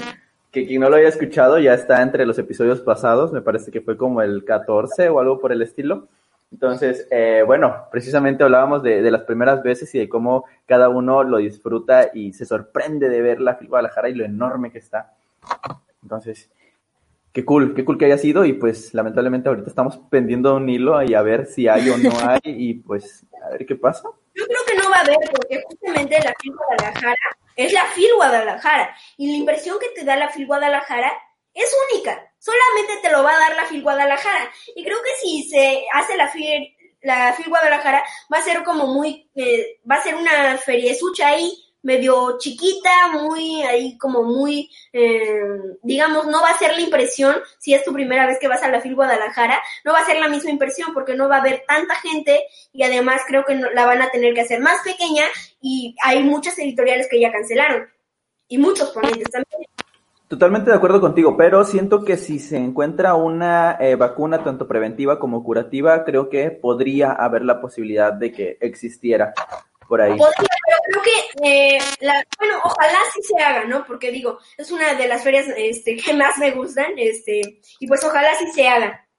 A: Que quien no lo haya escuchado ya está entre los episodios pasados, me parece que fue como el catorce o algo por el estilo. Entonces, eh, bueno, precisamente hablábamos de, de las primeras veces y de cómo cada uno lo disfruta y se sorprende de ver la FIL Guadalajara y lo enorme que está. Entonces, qué cool, qué cool que haya sido y pues lamentablemente ahorita estamos pendiendo un hilo y a ver si hay o no hay y pues a ver qué pasa.
C: Yo creo que no va a haber porque justamente la FIL Guadalajara es la FIL Guadalajara y la impresión que te da la FIL Guadalajara es única. Solamente te lo va a dar la FIL Guadalajara. Y creo que si se hace la FIL, la FIL Guadalajara, va a ser como muy, eh, va a ser una feriesucha ahí, medio chiquita, muy, ahí como muy, eh, digamos, no va a ser la impresión, si es tu primera vez que vas a la FIL Guadalajara, no va a ser la misma impresión porque no va a haber tanta gente y además creo que no, la van a tener que hacer más pequeña y hay muchas editoriales que ya cancelaron y muchos ponentes también.
A: Totalmente de acuerdo contigo, pero siento que si se encuentra una eh, vacuna tanto preventiva como curativa, creo que podría haber la posibilidad de que existiera por ahí.
C: Podría, pero creo que, eh, la, bueno, ojalá sí se haga, ¿no? Porque digo, es una de las ferias este, que más me gustan, este, y pues ojalá sí se haga.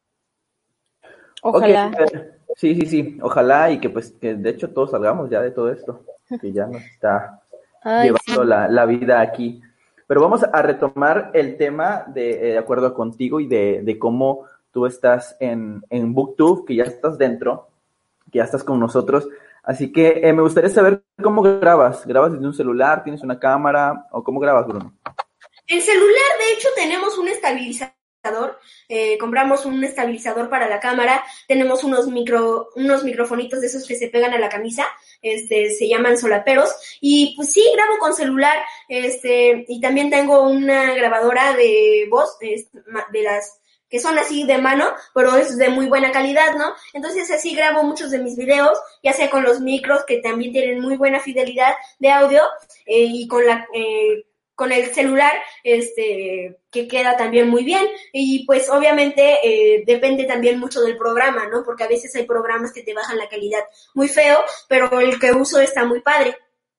B: Ojalá.
A: Okay. Sí, sí, sí, ojalá y que pues que de hecho todos salgamos ya de todo esto, que ya nos está Ay, llevando sí. la, la vida aquí. Pero vamos a retomar el tema de, de acuerdo contigo y de, de cómo tú estás en, en BookTube, que ya estás dentro, que ya estás con nosotros. Así que eh, me gustaría saber cómo grabas. ¿Grabas desde un celular? ¿Tienes una cámara? ¿O cómo grabas, Bruno?
C: En celular, de hecho, tenemos un estabilizador. Eh, compramos un estabilizador para la cámara, tenemos unos micro, unos microfonitos de esos que se pegan a la camisa, este, se llaman solaperos, y pues sí, grabo con celular, este, y también tengo una grabadora de voz, de las que son así de mano, pero es de muy buena calidad, ¿no? Entonces así grabo muchos de mis videos, ya sea con los micros que también tienen muy buena fidelidad de audio, eh, y con la, eh, con el celular, este, que queda también muy bien, y pues obviamente eh, depende también mucho del programa, ¿no? Porque a veces hay programas que te bajan la calidad muy feo, pero el que uso está muy padre.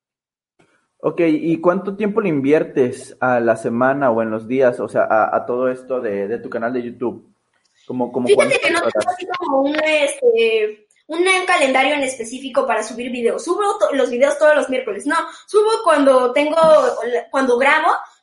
A: Ok, ¿y cuánto tiempo le inviertes a la semana o en los días, o sea, a, a todo esto de, de tu canal de YouTube? Como, como
C: Fíjate que no tengo así como un, este, un calendario en específico para subir videos. Subo to- los videos todos los miércoles. No, subo cuando tengo, cuando grabo,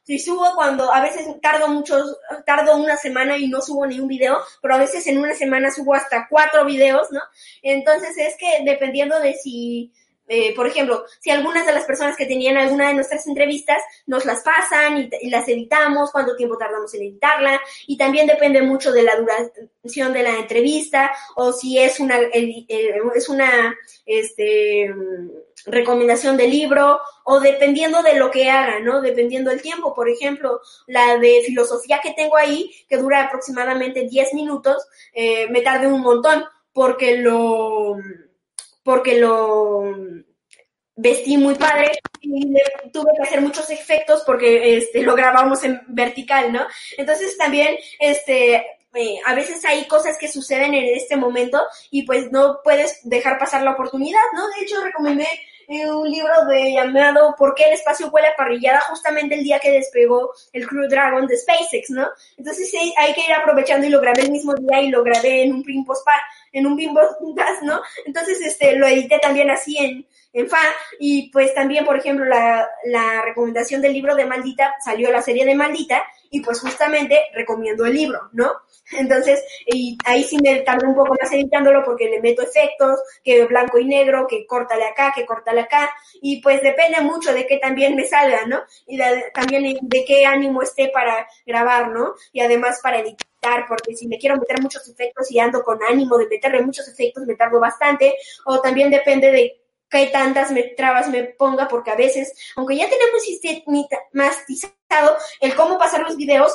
C: Si subo cuando a veces tardo muchos, tardo una semana y no subo ni un video, pero a veces en una semana subo hasta cuatro videos, ¿no? Entonces es que dependiendo de si, eh, por ejemplo, si algunas de las personas que tenían alguna de nuestras entrevistas nos las pasan y, y las editamos, cuánto tiempo tardamos en editarla, y también depende mucho de la duración de la entrevista, o si es una, eh, es una, este, recomendación de libro, o dependiendo de lo que haga, ¿no? Dependiendo del tiempo. Por ejemplo, la de filosofía que tengo ahí, que dura aproximadamente diez minutos, eh, me tardé un montón, porque lo, porque lo vestí muy padre y le, tuve que hacer muchos efectos porque este, lo grabamos en vertical, ¿no? Entonces también, este... Eh, a veces hay cosas que suceden en este momento y pues no puedes dejar pasar la oportunidad, ¿no? De hecho, recomendé eh, un libro de llamado ¿Por qué el espacio huele a parrillada? Justamente el día que despegó el Crew Dragon de SpaceX, ¿no? Entonces sí, hay que ir aprovechando y lo grabé el mismo día y lo grabé en un Pimpo Spa, en un Bimbo Gas, ¿no? Entonces este lo edité también así en en F A, y pues también, por ejemplo, la, la recomendación del libro de Maldita, salió la serie de Maldita, y pues justamente recomiendo el libro, ¿no? Entonces, y ahí sí me tardé un poco más editándolo porque le meto efectos, que blanco y negro, que córtale acá, que córtale acá, y pues depende mucho de que también me salga, ¿no? Y de, también de qué ánimo esté para grabar, ¿no? Y además para editar, porque si me quiero meter muchos efectos y ando con ánimo de meterle muchos efectos, me tardo bastante, o también depende de qué tantas me, trabas me ponga, porque a veces, aunque ya tenemos sistematizado el cómo pasar los videos,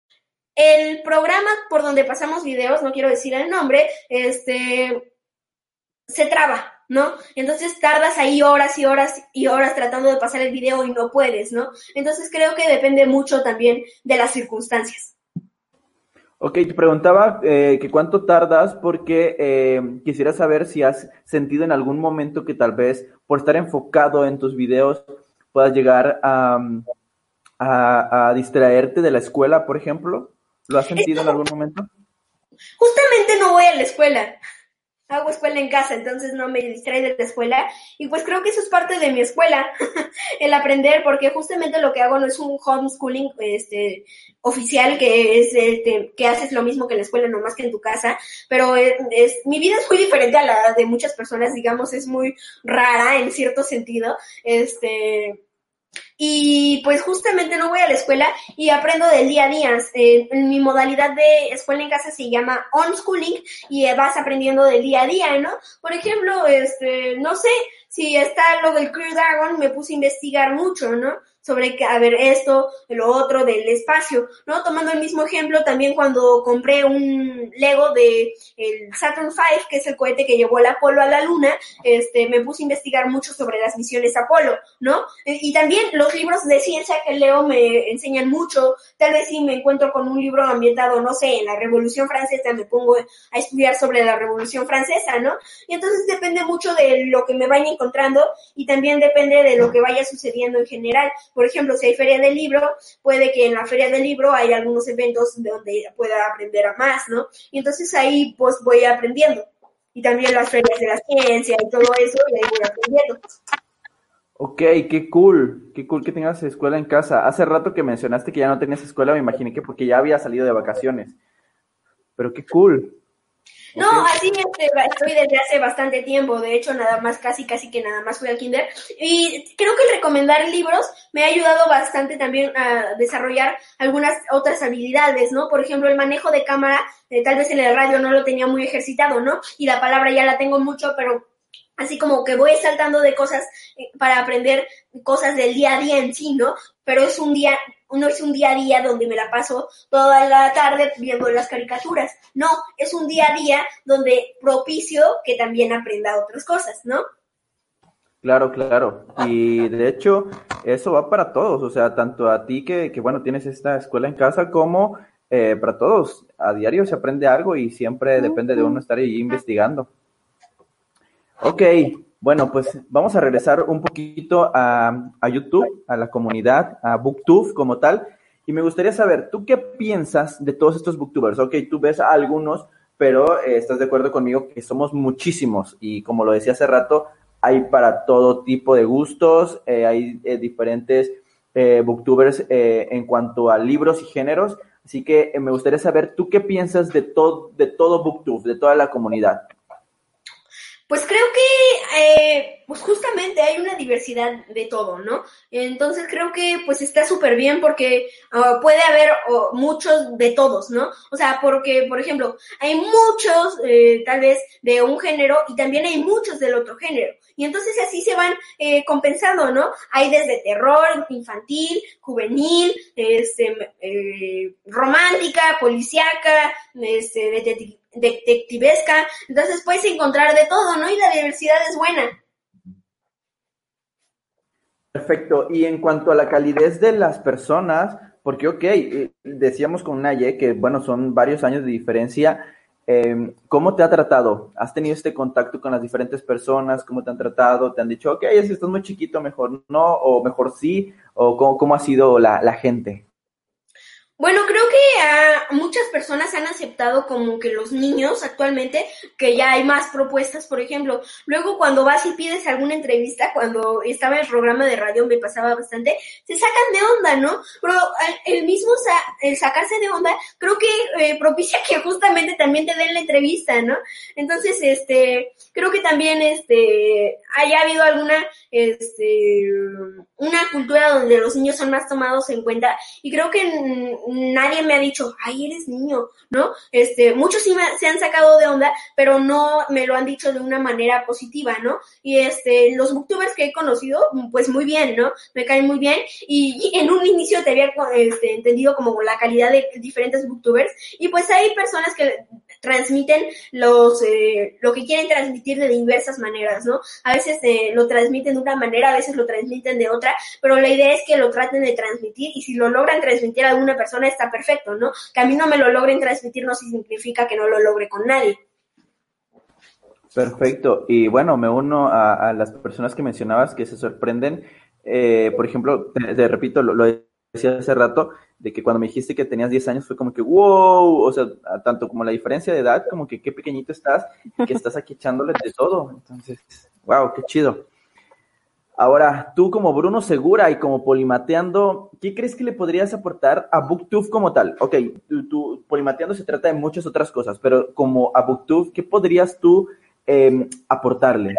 C: el programa por donde pasamos videos, no quiero decir el nombre, este, se traba, ¿no? Entonces tardas ahí horas y horas y horas tratando de pasar el video y no puedes, ¿no? Entonces creo que depende mucho también de las circunstancias.
A: Ok, te preguntaba eh, que cuánto tardas porque eh, quisiera saber si has sentido en algún momento que tal vez por estar enfocado en tus videos puedas llegar a, a, a distraerte de la escuela, por ejemplo. ¿Lo has sentido en algún momento?
C: Justamente no voy a la escuela. Hago escuela en casa, entonces no me distrae de la escuela, y pues creo que eso es parte de mi escuela, el aprender, porque justamente lo que hago no es un homeschooling este oficial, que es este, que haces lo mismo que en la escuela, nomás que en tu casa, pero es, es mi vida es muy diferente a la de muchas personas, digamos, es muy rara en cierto sentido, este... Y pues justamente no voy a la escuela y aprendo del día a día. Eh, mi modalidad de escuela en casa se llama onschooling y vas aprendiendo del día a día, ¿no? Por ejemplo, este, no sé, si está lo del Crew Dragon, me puse a investigar mucho, ¿no? Sobre, a ver, esto, lo otro del espacio, ¿no? Tomando el mismo ejemplo, también cuando compré un Lego de el Saturn cinco, que es el cohete que llevó el Apolo a la Luna, este, me puse a investigar mucho sobre las misiones Apolo, ¿no? Y también los libros de ciencia que leo me enseñan mucho. Tal vez si me encuentro con un libro ambientado, no sé, en la Revolución Francesa, me pongo a estudiar sobre la Revolución Francesa, ¿no? Y entonces depende mucho de lo que me vaya encontrando y también depende de lo que vaya sucediendo en general. Por ejemplo, si hay feria del libro, puede que en la feria del libro haya algunos eventos donde pueda aprender a más, ¿no? Y entonces ahí pues voy aprendiendo. Y también las ferias de la ciencia y todo eso, y ahí voy aprendiendo.
A: Ok, qué cool, qué cool que tengas escuela en casa. Hace rato que mencionaste que ya no tenías escuela, me imaginé que porque ya había salido de vacaciones. Pero qué cool.
C: No, okay. Así este, estoy desde hace bastante tiempo, de hecho nada más, casi casi que nada más fui al kinder, y creo que el recomendar libros me ha ayudado bastante también a desarrollar algunas otras habilidades, ¿no? Por ejemplo, el manejo de cámara, eh, tal vez en el radio no lo tenía muy ejercitado, ¿no? Y la palabra ya la tengo mucho, pero así como que voy saltando de cosas para aprender cosas del día a día en sí, ¿no? Pero es un día, no es un día a día donde me la paso toda la tarde viendo las caricaturas. No, es un día a día donde propicio que también aprenda otras cosas, ¿no?
A: Claro, claro. Y de hecho, eso va para todos. O sea, tanto a ti que, que bueno, tienes esta escuela en casa, como eh, para todos. A diario se aprende algo y siempre depende de uno estar ahí investigando. Ok, bueno, pues vamos a regresar un poquito a, a YouTube, a la comunidad, a BookTube como tal, y me gustaría saber, ¿tú qué piensas de todos estos BookTubers? Ok, tú ves a algunos, pero eh, estás de acuerdo conmigo que somos muchísimos, y como lo decía hace rato, hay para todo tipo de gustos, eh, hay eh, diferentes eh, booktubers eh, en cuanto a libros y géneros, así que eh, me gustaría saber, ¿tú qué piensas de, to- de todo booktube, de toda la comunidad?
C: Pues creo que, eh, pues justamente hay una diversidad de todo, ¿no? Entonces creo que pues está súper bien porque uh, puede haber uh, muchos de todos, ¿no? O sea, porque, por ejemplo, hay muchos eh, tal vez de un género y también hay muchos del otro género. Y entonces así se van eh, compensando, ¿no? Hay desde terror, infantil, juvenil, este, eh, romántica, policíaca, este, detective detectivesca, entonces puedes encontrar de todo, ¿no? Y la diversidad es buena.
A: Perfecto. Y en cuanto a la calidez de las personas, porque, ok, eh, decíamos con Naye que, bueno, son varios años de diferencia, eh, ¿cómo te ha tratado? ¿Has tenido este contacto con las diferentes personas? ¿Cómo te han tratado? ¿Te han dicho, ok, si estás muy chiquito, mejor no, o mejor sí? ¿O cómo, cómo ha sido la, la gente?
C: Bueno, creo que a muchas personas han aceptado como que los niños actualmente, que ya hay más propuestas, por ejemplo, luego cuando vas y pides alguna entrevista, cuando estaba en el programa de radio me pasaba bastante, se sacan de onda, ¿no? Pero el mismo sa- el sacarse de onda creo que eh, propicia que justamente también te den la entrevista, ¿no? Entonces, este, creo que también este haya habido alguna este una cultura donde los niños son más tomados en cuenta y creo que nadie me ha dicho, ay, eres niño, ¿no? Este, muchos sí me, se han sacado de onda, pero no me lo han dicho de una manera positiva, ¿no? Y este, los booktubers que he conocido, pues muy bien, ¿no? Me caen muy bien y, y en un inicio te había este, entendido como la calidad de diferentes booktubers y pues hay personas que transmiten los eh, lo que quieren transmitir de diversas maneras, ¿no? A veces eh, lo transmiten de una manera, a veces lo transmiten de otra, pero la idea es que lo traten de transmitir y si lo logran transmitir a alguna persona está perfecto, ¿no? Que a mí no me lo logren transmitir no significa que no lo logre con nadie.
A: Perfecto. Y bueno, me uno a, a las personas que mencionabas que se sorprenden. Eh, por ejemplo, te, te repito, lo, lo decía hace rato, de que cuando me dijiste que tenías diez años fue como que, wow, o sea, tanto como la diferencia de edad, como que qué pequeñito estás y que estás aquí echándole de todo. Entonces, wow, qué chido. Ahora, tú como Bruno Segura y como Polimateando, ¿qué crees que le podrías aportar a BookTube como tal? Ok, tú, tú, Polimateando se trata de muchas otras cosas, pero como a BookTube, ¿qué podrías tú eh, aportarle?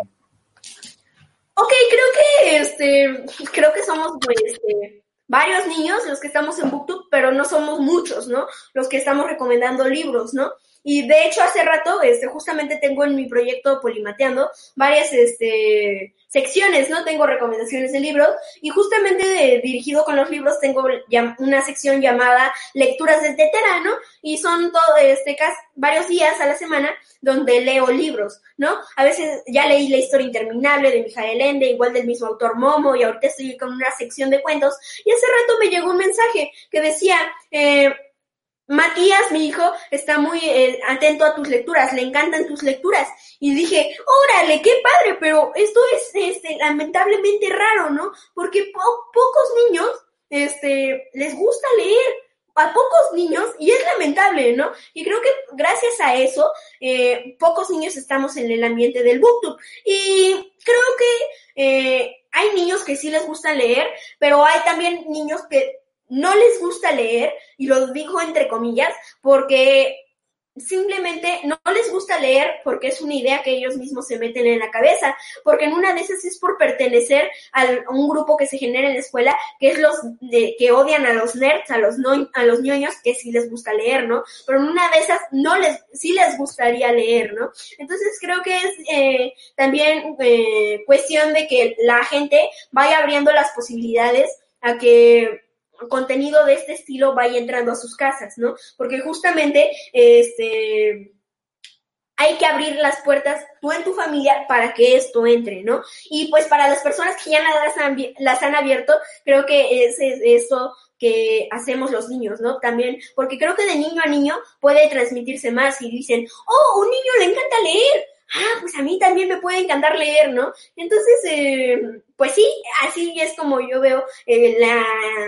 C: Ok, creo que este, creo que somos pues, este, varios niños los que estamos en BookTube, pero no somos muchos, ¿no? Los que estamos recomendando libros, ¿no? Y de hecho hace rato, este, justamente tengo en mi proyecto Polimateando varias, este, secciones, ¿no? Tengo recomendaciones de libros y justamente de, dirigido con los libros tengo ya una sección llamada Lecturas de Tetera, ¿no? Y son todo, este, casi varios días a la semana donde leo libros, ¿no? A veces ya leí La historia interminable de Mijael Ende, igual del mismo autor Momo, y ahorita estoy con una sección de cuentos, y hace rato me llegó un mensaje que decía, eh, Matías, mi hijo, está muy eh, atento a tus lecturas, le encantan tus lecturas. Y dije, órale, qué padre, pero esto es este, lamentablemente raro, ¿no? Porque po- pocos niños este, les gusta leer. A pocos niños, y es lamentable, ¿no? Y creo que gracias a eso, eh, pocos niños estamos en el ambiente del BookTube. Y creo que eh, hay niños que sí les gusta leer, pero hay también niños que no les gusta leer, y lo digo entre comillas, porque simplemente no les gusta leer porque es una idea que ellos mismos se meten en la cabeza, porque en una de esas es por pertenecer a un grupo que se genera en la escuela, que es los de, que odian a los nerds, a los no, a los ñoños, que sí les gusta leer, ¿no? Pero en una de esas no les, sí les gustaría leer, ¿no? Entonces creo que es eh, también eh, cuestión de que la gente vaya abriendo las posibilidades a que contenido de este estilo vaya entrando a sus casas, ¿no? Porque justamente este hay que abrir las puertas tú en tu familia para que esto entre, ¿no? Y pues para las personas que ya las han, las han abierto, creo que es, es eso que hacemos los niños, ¿no? También, porque creo que de niño a niño puede transmitirse más y dicen, oh, un niño le encanta leer, ah, pues a mí también me puede encantar leer, ¿no? Entonces, eh, pues sí, así es como yo veo eh, la...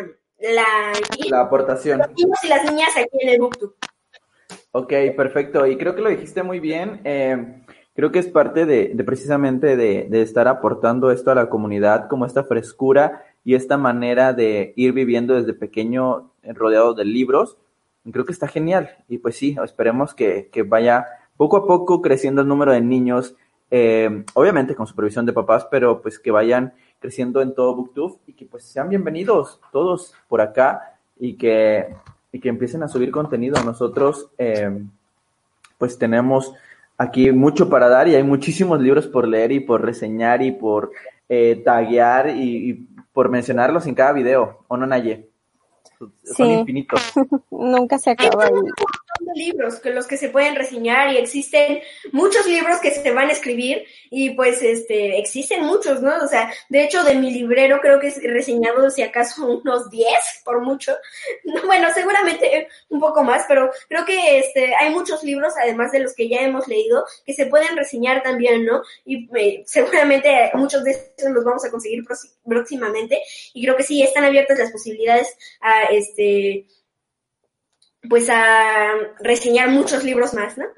C: La,
A: la aportación.
C: Los niños y las niñas aquí en el BookTube.
A: Ok, perfecto. Y creo que lo dijiste muy bien. Eh, creo que es parte de, de precisamente de, de estar aportando esto a la comunidad, como esta frescura y esta manera de ir viviendo desde pequeño rodeado de libros, creo que está genial. Y pues sí, esperemos que, que vaya poco a poco creciendo el número de niños, eh, obviamente con supervisión de papás, pero pues que vayan creciendo en todo BookTube y que pues sean bienvenidos todos por acá y que, y que empiecen a subir contenido. Nosotros eh, pues tenemos aquí mucho para dar y hay muchísimos libros por leer y por reseñar y por eh, taguear y, y por mencionarlos en cada video, ¿o no, Naye? Son
B: Sí.
A: infinitos.
B: Nunca se acaba.
C: Hay un montón de libros que los que se pueden reseñar y existen muchos libros que se van a escribir y pues este existen muchos, ¿no? O sea, de hecho de mi librero creo que he reseñado si acaso unos diez por mucho. No, bueno, seguramente un poco más, pero creo que este hay muchos libros además de los que ya hemos leído que se pueden reseñar también, ¿no? Y eh, seguramente muchos de estos los vamos a conseguir próximamente y creo que sí están abiertas las posibilidades a este pues a reseñar muchos libros más, ¿no?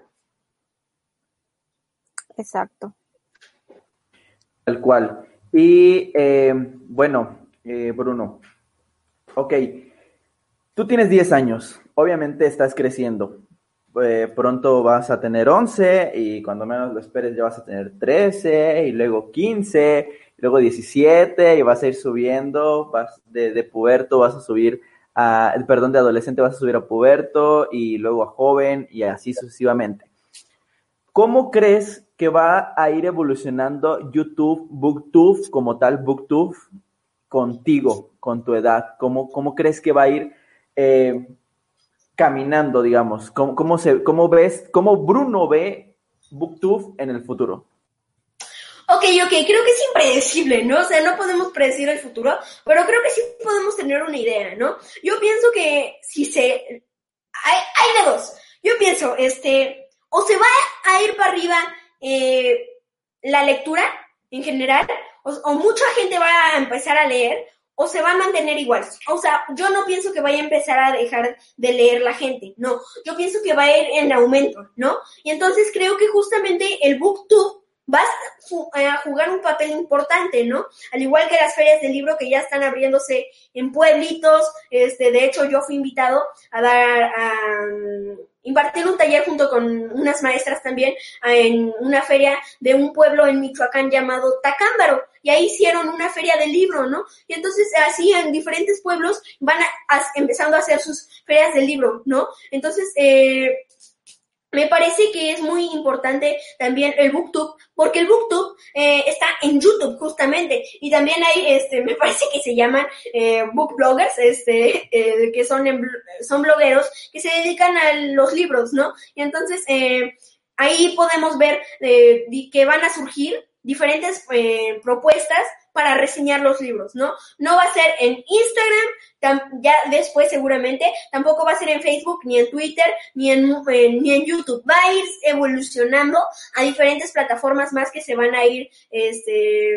B: Exacto.
A: Tal cual. Y eh, bueno, eh, Bruno, ok, tú tienes diez años, obviamente estás creciendo, eh, pronto vas a tener once y cuando menos lo esperes ya vas a tener trece y luego quince, y luego diecisiete y vas a ir subiendo, vas de, de puberto vas a subir a, perdón, de adolescente vas a subir a puberto y luego a joven y así sucesivamente. ¿Cómo crees que va a ir evolucionando YouTube, BookTube, como tal, BookTube, contigo, con tu edad? ¿Cómo, cómo crees que va a ir eh, caminando, digamos? ¿Cómo, cómo, se, cómo ves, cómo Bruno ve BookTube en el futuro?
C: Ok, ok, creo que es impredecible, ¿no? O sea, no podemos predecir el futuro, pero creo que sí podemos tener una idea, ¿no? Yo pienso que si se... Hay, hay de dos. Yo pienso, este, o se va a ir para arriba eh, la lectura en general, o, o mucha gente va a empezar a leer, o se va a mantener igual. O sea, yo no pienso que vaya a empezar a dejar de leer la gente, no. Yo pienso que va a ir en aumento, ¿no? Y entonces creo que justamente el BookTube vas a jugar un papel importante, ¿no? Al igual que las ferias del libro que ya están abriéndose en pueblitos, este, de hecho yo fui invitado a dar, a um, impartir un taller junto con unas maestras también en una feria de un pueblo en Michoacán llamado Tacámbaro, y ahí hicieron una feria del libro, ¿no? Y entonces así en diferentes pueblos van a, a, empezando a hacer sus ferias del libro, ¿no? Entonces, eh, me parece que es muy importante también el BookTube, porque el BookTube eh, está en YouTube justamente, y también hay, este, me parece que se llaman eh, bookbloggers, este, eh, que son, en, son blogueros que se dedican a los libros, ¿no? Y entonces eh, ahí podemos ver eh, que van a surgir diferentes eh, propuestas para reseñar los libros, ¿no? No va a ser en Instagram, tam, ya después seguramente, tampoco va a ser en Facebook, ni en Twitter, ni en, eh, ni en YouTube. Va a ir evolucionando a diferentes plataformas más que se van a ir, este...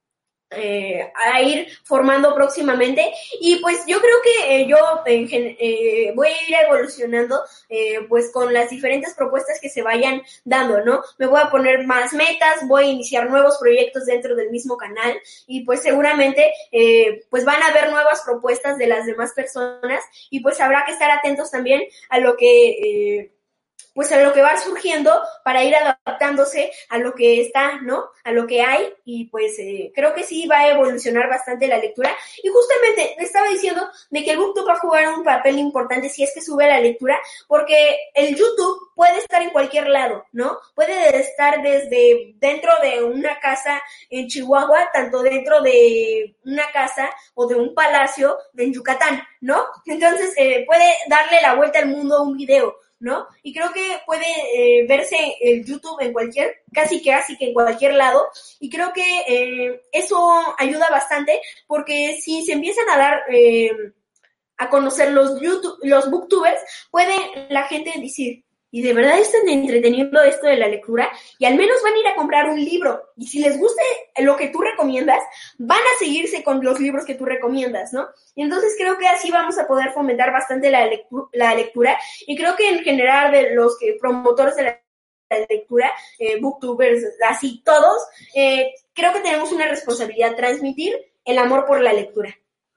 C: Eh, a ir formando próximamente, y pues yo creo que eh, yo eh, eh, voy a ir evolucionando eh, pues con las diferentes propuestas que se vayan dando, ¿no? Me voy a poner más metas, voy a iniciar nuevos proyectos dentro del mismo canal, y pues seguramente eh, pues van a haber nuevas propuestas de las demás personas, y pues habrá que estar atentos también a lo que eh, pues a lo que va surgiendo para ir adaptándose a lo que está, ¿no? A lo que hay, y pues eh, creo que sí va a evolucionar bastante la lectura. Y justamente le estaba diciendo de que el BookTube va a jugar un papel importante si es que sube la lectura, porque el YouTube puede estar en cualquier lado, ¿no? Puede estar desde dentro de una casa en Chihuahua, tanto dentro de una casa o de un palacio en Yucatán, ¿no? Entonces eh, puede darle la vuelta al mundo un video, ¿no? Y creo que puede eh, verse el YouTube en cualquier, casi que casi que en cualquier lado, y creo que eh, eso ayuda bastante, porque si se empiezan a dar eh, a conocer los YouTube, los booktubers, puede la gente decir, y de verdad están entreteniendo esto de la lectura, y al menos van a ir a comprar un libro, y si les gusta lo que tú recomiendas, van a seguirse con los libros que tú recomiendas, ¿no? Y entonces creo que así vamos a poder fomentar bastante la lectura, la lectura, y creo que en general de los que promotores de la la lectura, eh, booktubers, así todos, eh, creo que tenemos una responsabilidad, transmitir el amor por la lectura.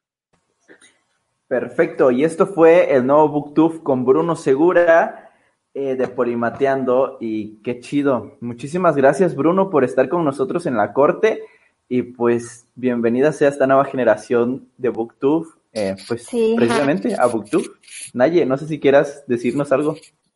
A: Perfecto, y esto fue el nuevo BookTube con Bruno Segura eh, de Polimateando, y qué chido. Muchísimas gracias, Bruno, por estar con nosotros en la corte, y pues bienvenida sea esta nueva generación de BookTube, eh, pues sí, precisamente a BookTube. Naye, no sé si quieras decirnos algo.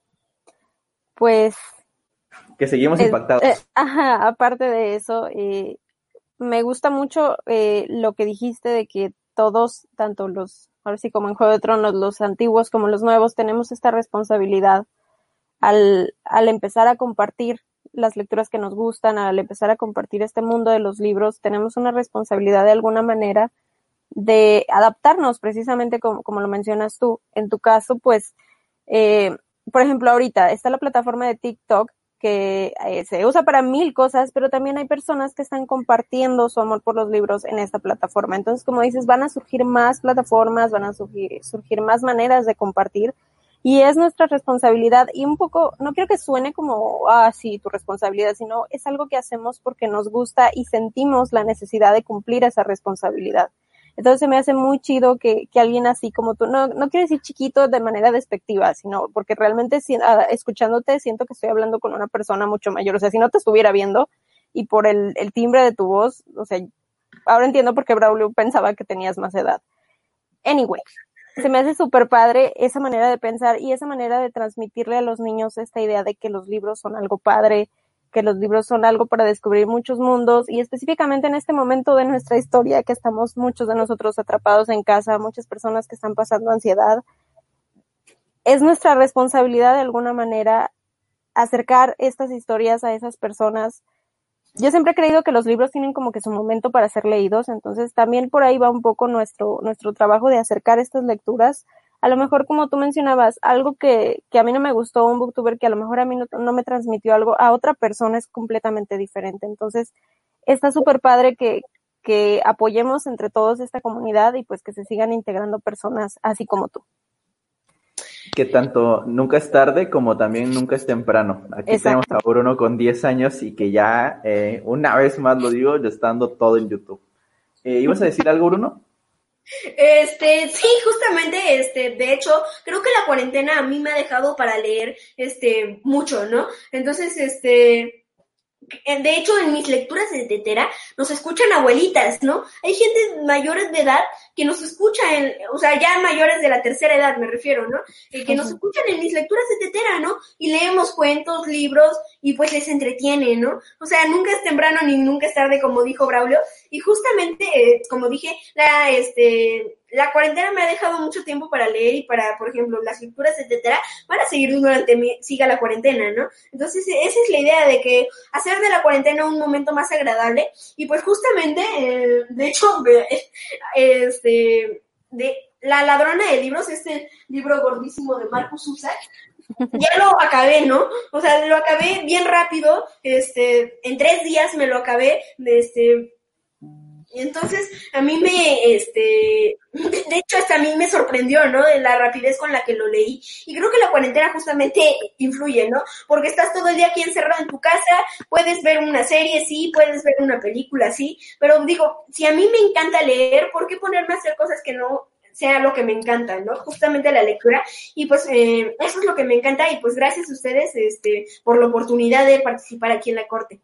B: Pues...
A: Que seguimos eh, impactados.
B: Eh, ajá, aparte de eso, eh, me gusta mucho eh, lo que dijiste de que todos, tanto los, ahora sí como en Juego de Tronos, los antiguos como los nuevos, tenemos esta responsabilidad al, al empezar a compartir las lecturas que nos gustan, al empezar a compartir este mundo de los libros, tenemos una responsabilidad de alguna manera de adaptarnos, precisamente como, como lo mencionas tú. En tu caso, pues, eh, por ejemplo, ahorita está la plataforma de TikTok, que eh, se usa para mil cosas, pero también hay personas que están compartiendo su amor por los libros en esta plataforma. Entonces, como dices, van a surgir más plataformas, van a surgir, surgir más maneras de compartir, y es nuestra responsabilidad, y un poco, no quiero que suene como, ah, sí, tu responsabilidad, sino es algo que hacemos porque nos gusta y sentimos la necesidad de cumplir esa responsabilidad. Entonces se me hace muy chido que, que alguien así como tú, no, no quiero decir chiquito de manera despectiva, sino porque realmente si, uh, escuchándote siento que estoy hablando con una persona mucho mayor. O sea, si no te estuviera viendo y por el, el timbre de tu voz, o sea, ahora entiendo por qué Braulio pensaba que tenías más edad. Anyway, se me hace súper padre esa manera de pensar y esa manera de transmitirle a los niños esta idea de que los libros son algo padre, que los libros son algo para descubrir muchos mundos, y específicamente en este momento de nuestra historia que estamos muchos de nosotros atrapados en casa, muchas personas que están pasando ansiedad, es nuestra responsabilidad de alguna manera acercar estas historias a esas personas. Yo siempre he creído que los libros tienen como que su momento para ser leídos, entonces también por ahí va un poco nuestro, nuestro trabajo de acercar estas lecturas. A lo mejor, como tú mencionabas, algo que, que a mí no me gustó, un booktuber que a lo mejor a mí no, no me transmitió algo, a otra persona es completamente diferente. Entonces, está súper padre que, que apoyemos entre todos esta comunidad y pues que se sigan integrando personas así como tú.
A: Que tanto nunca es tarde como también nunca es temprano. Aquí Exacto. Tenemos a Bruno con diez años y que ya, eh, una vez más lo digo, ya está dando todo en YouTube. Eh, ¿Ibas a decir algo, Bruno?
C: Este, sí, justamente, este, de hecho, creo que la cuarentena a mí me ha dejado para leer, este, mucho, ¿no? Entonces, este, de hecho, en mis lecturas de tetera nos escuchan abuelitas, ¿no? Hay gente mayores de edad que nos escucha, en, o sea, ya mayores de la tercera edad me refiero, ¿no? Eh, que nos escuchan en mis lecturas de tetera, ¿no? Y leemos cuentos, libros, y pues les entretiene, ¿no? O sea, nunca es temprano ni nunca es tarde, como dijo Braulio. Y justamente, eh, como dije, la, este, la cuarentena me ha dejado mucho tiempo para leer y para, por ejemplo, las lecturas de tetera van a seguir durante mi, siga la cuarentena, ¿no? Entonces, esa es la idea de que hacer de la cuarentena un momento más agradable. Y pues justamente, eh, de hecho, este, de La ladrona de libros, este libro gordísimo de Marcus Zusak, ya lo acabé, ¿no? O sea, lo acabé bien rápido, este, en tres días me lo acabé, este, y entonces a mí me, este, de hecho hasta a mí me sorprendió, ¿no? De la rapidez con la que lo leí. Y creo que la cuarentena justamente influye, ¿no? Porque estás todo el día aquí encerrado en tu casa, puedes ver una serie, sí, puedes ver una película, sí, pero digo, si a mí me encanta leer, ¿por qué ponerme a hacer cosas que no sea lo que me encanta, ¿no? Justamente la lectura, y pues eh, eso es lo que me encanta, y pues gracias a ustedes este, por la oportunidad de participar aquí en la corte.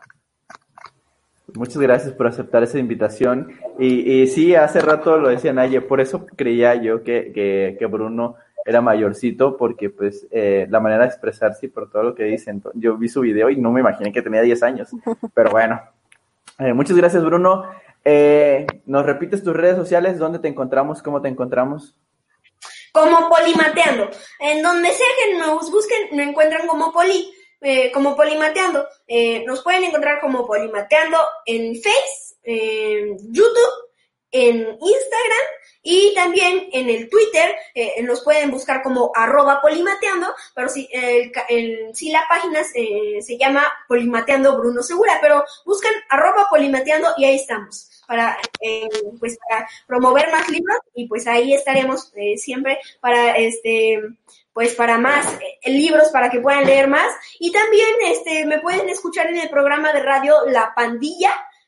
A: Muchas gracias por aceptar esa invitación, y, y sí, hace rato lo decía Naye, por eso creía yo que, que, que Bruno era mayorcito, porque pues eh, la manera de expresarse y por todo lo que dicen, yo vi su video y no me imaginé que tenía diez años, pero bueno, eh, muchas gracias, Bruno. Eh, ¿nos repites tus redes sociales? ¿Dónde te encontramos? ¿Cómo te encontramos?
C: Como Polimateando. En donde sea que nos busquen, nos encuentran como Poli, eh, como Polimateando. Eh, nos pueden encontrar como Polimateando en Face, en YouTube, en Instagram y también en el Twitter. Eh, nos pueden buscar como arroba Polimateando, pero si, el, el, si la página eh, se llama Polimateando Bruno Segura, pero buscan arroba Polimateando y ahí estamos. Para, eh, pues, para promover más libros, y pues ahí estaremos eh, siempre para, este, pues para más eh, libros, para que puedan leer más. Y también, este, me pueden escuchar en el programa de radio La Pandilla,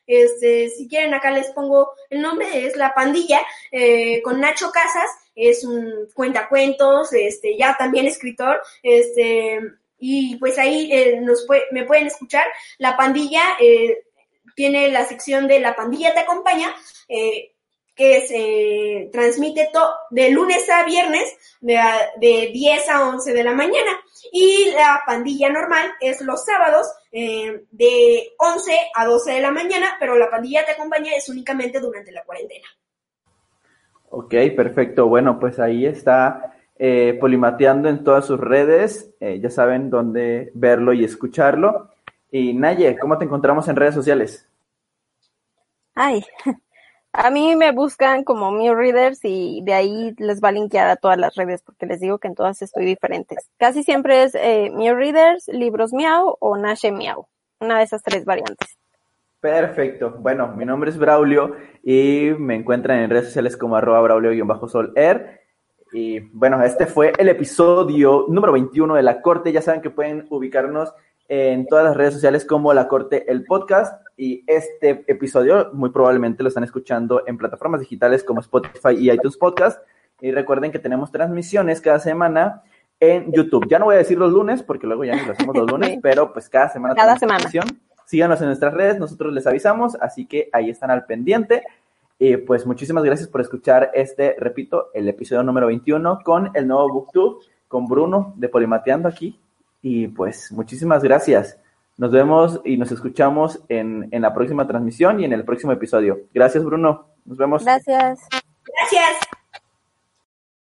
C: Este, si quieren acá les pongo el nombre, es La Pandilla, eh, con Nacho Casas, es un cuentacuentos, este, ya también escritor, este, y pues ahí eh, nos puede, me pueden escuchar. La Pandilla eh, tiene la sección de La Pandilla te acompaña, eh, que se transmite to- de lunes a viernes de, a- de diez a once de la mañana, y La Pandilla normal es los sábados eh, de once a doce de la mañana, pero La Pandilla te acompaña es únicamente durante la cuarentena.
A: Ok, perfecto. Bueno, pues ahí está eh, Polimateando en todas sus redes. Eh, ya saben dónde verlo y escucharlo. Y Naye, ¿cómo te encontramos en redes sociales?
B: Ay, a mí me buscan como Mew Readers y de ahí les va a linkear a todas las redes porque les digo que en todas estoy diferentes. Casi siempre es eh, Mew Readers, Libros Miau o Nashe Miau. Una de esas tres variantes.
A: Perfecto. Bueno, mi nombre es Braulio y me encuentran en redes sociales como arroba braulio-soler. Y bueno, este fue el episodio número veintiuno de La Corte. Ya saben que pueden ubicarnos en todas las redes sociales como La Corte, el podcast. Y este episodio muy probablemente lo están escuchando en plataformas digitales como Spotify y iTunes Podcast. Y recuerden que tenemos transmisiones cada semana en YouTube. Ya no voy a decir los lunes porque luego ya ni lo hacemos los lunes,
B: Sí.
A: pero pues cada semana
B: Cada
A: tenemos
B: semana.
A: transmisión. Síganos en nuestras redes, nosotros les avisamos, así que ahí están al pendiente. Y pues muchísimas gracias por escuchar este, repito, el episodio número veintiuno con el nuevo BookTube, con Bruno de Polimateando aquí. Y pues muchísimas gracias. Nos vemos y nos escuchamos en, en la próxima transmisión y en el próximo episodio. Gracias, Bruno. Nos vemos.
B: Gracias.
C: Gracias.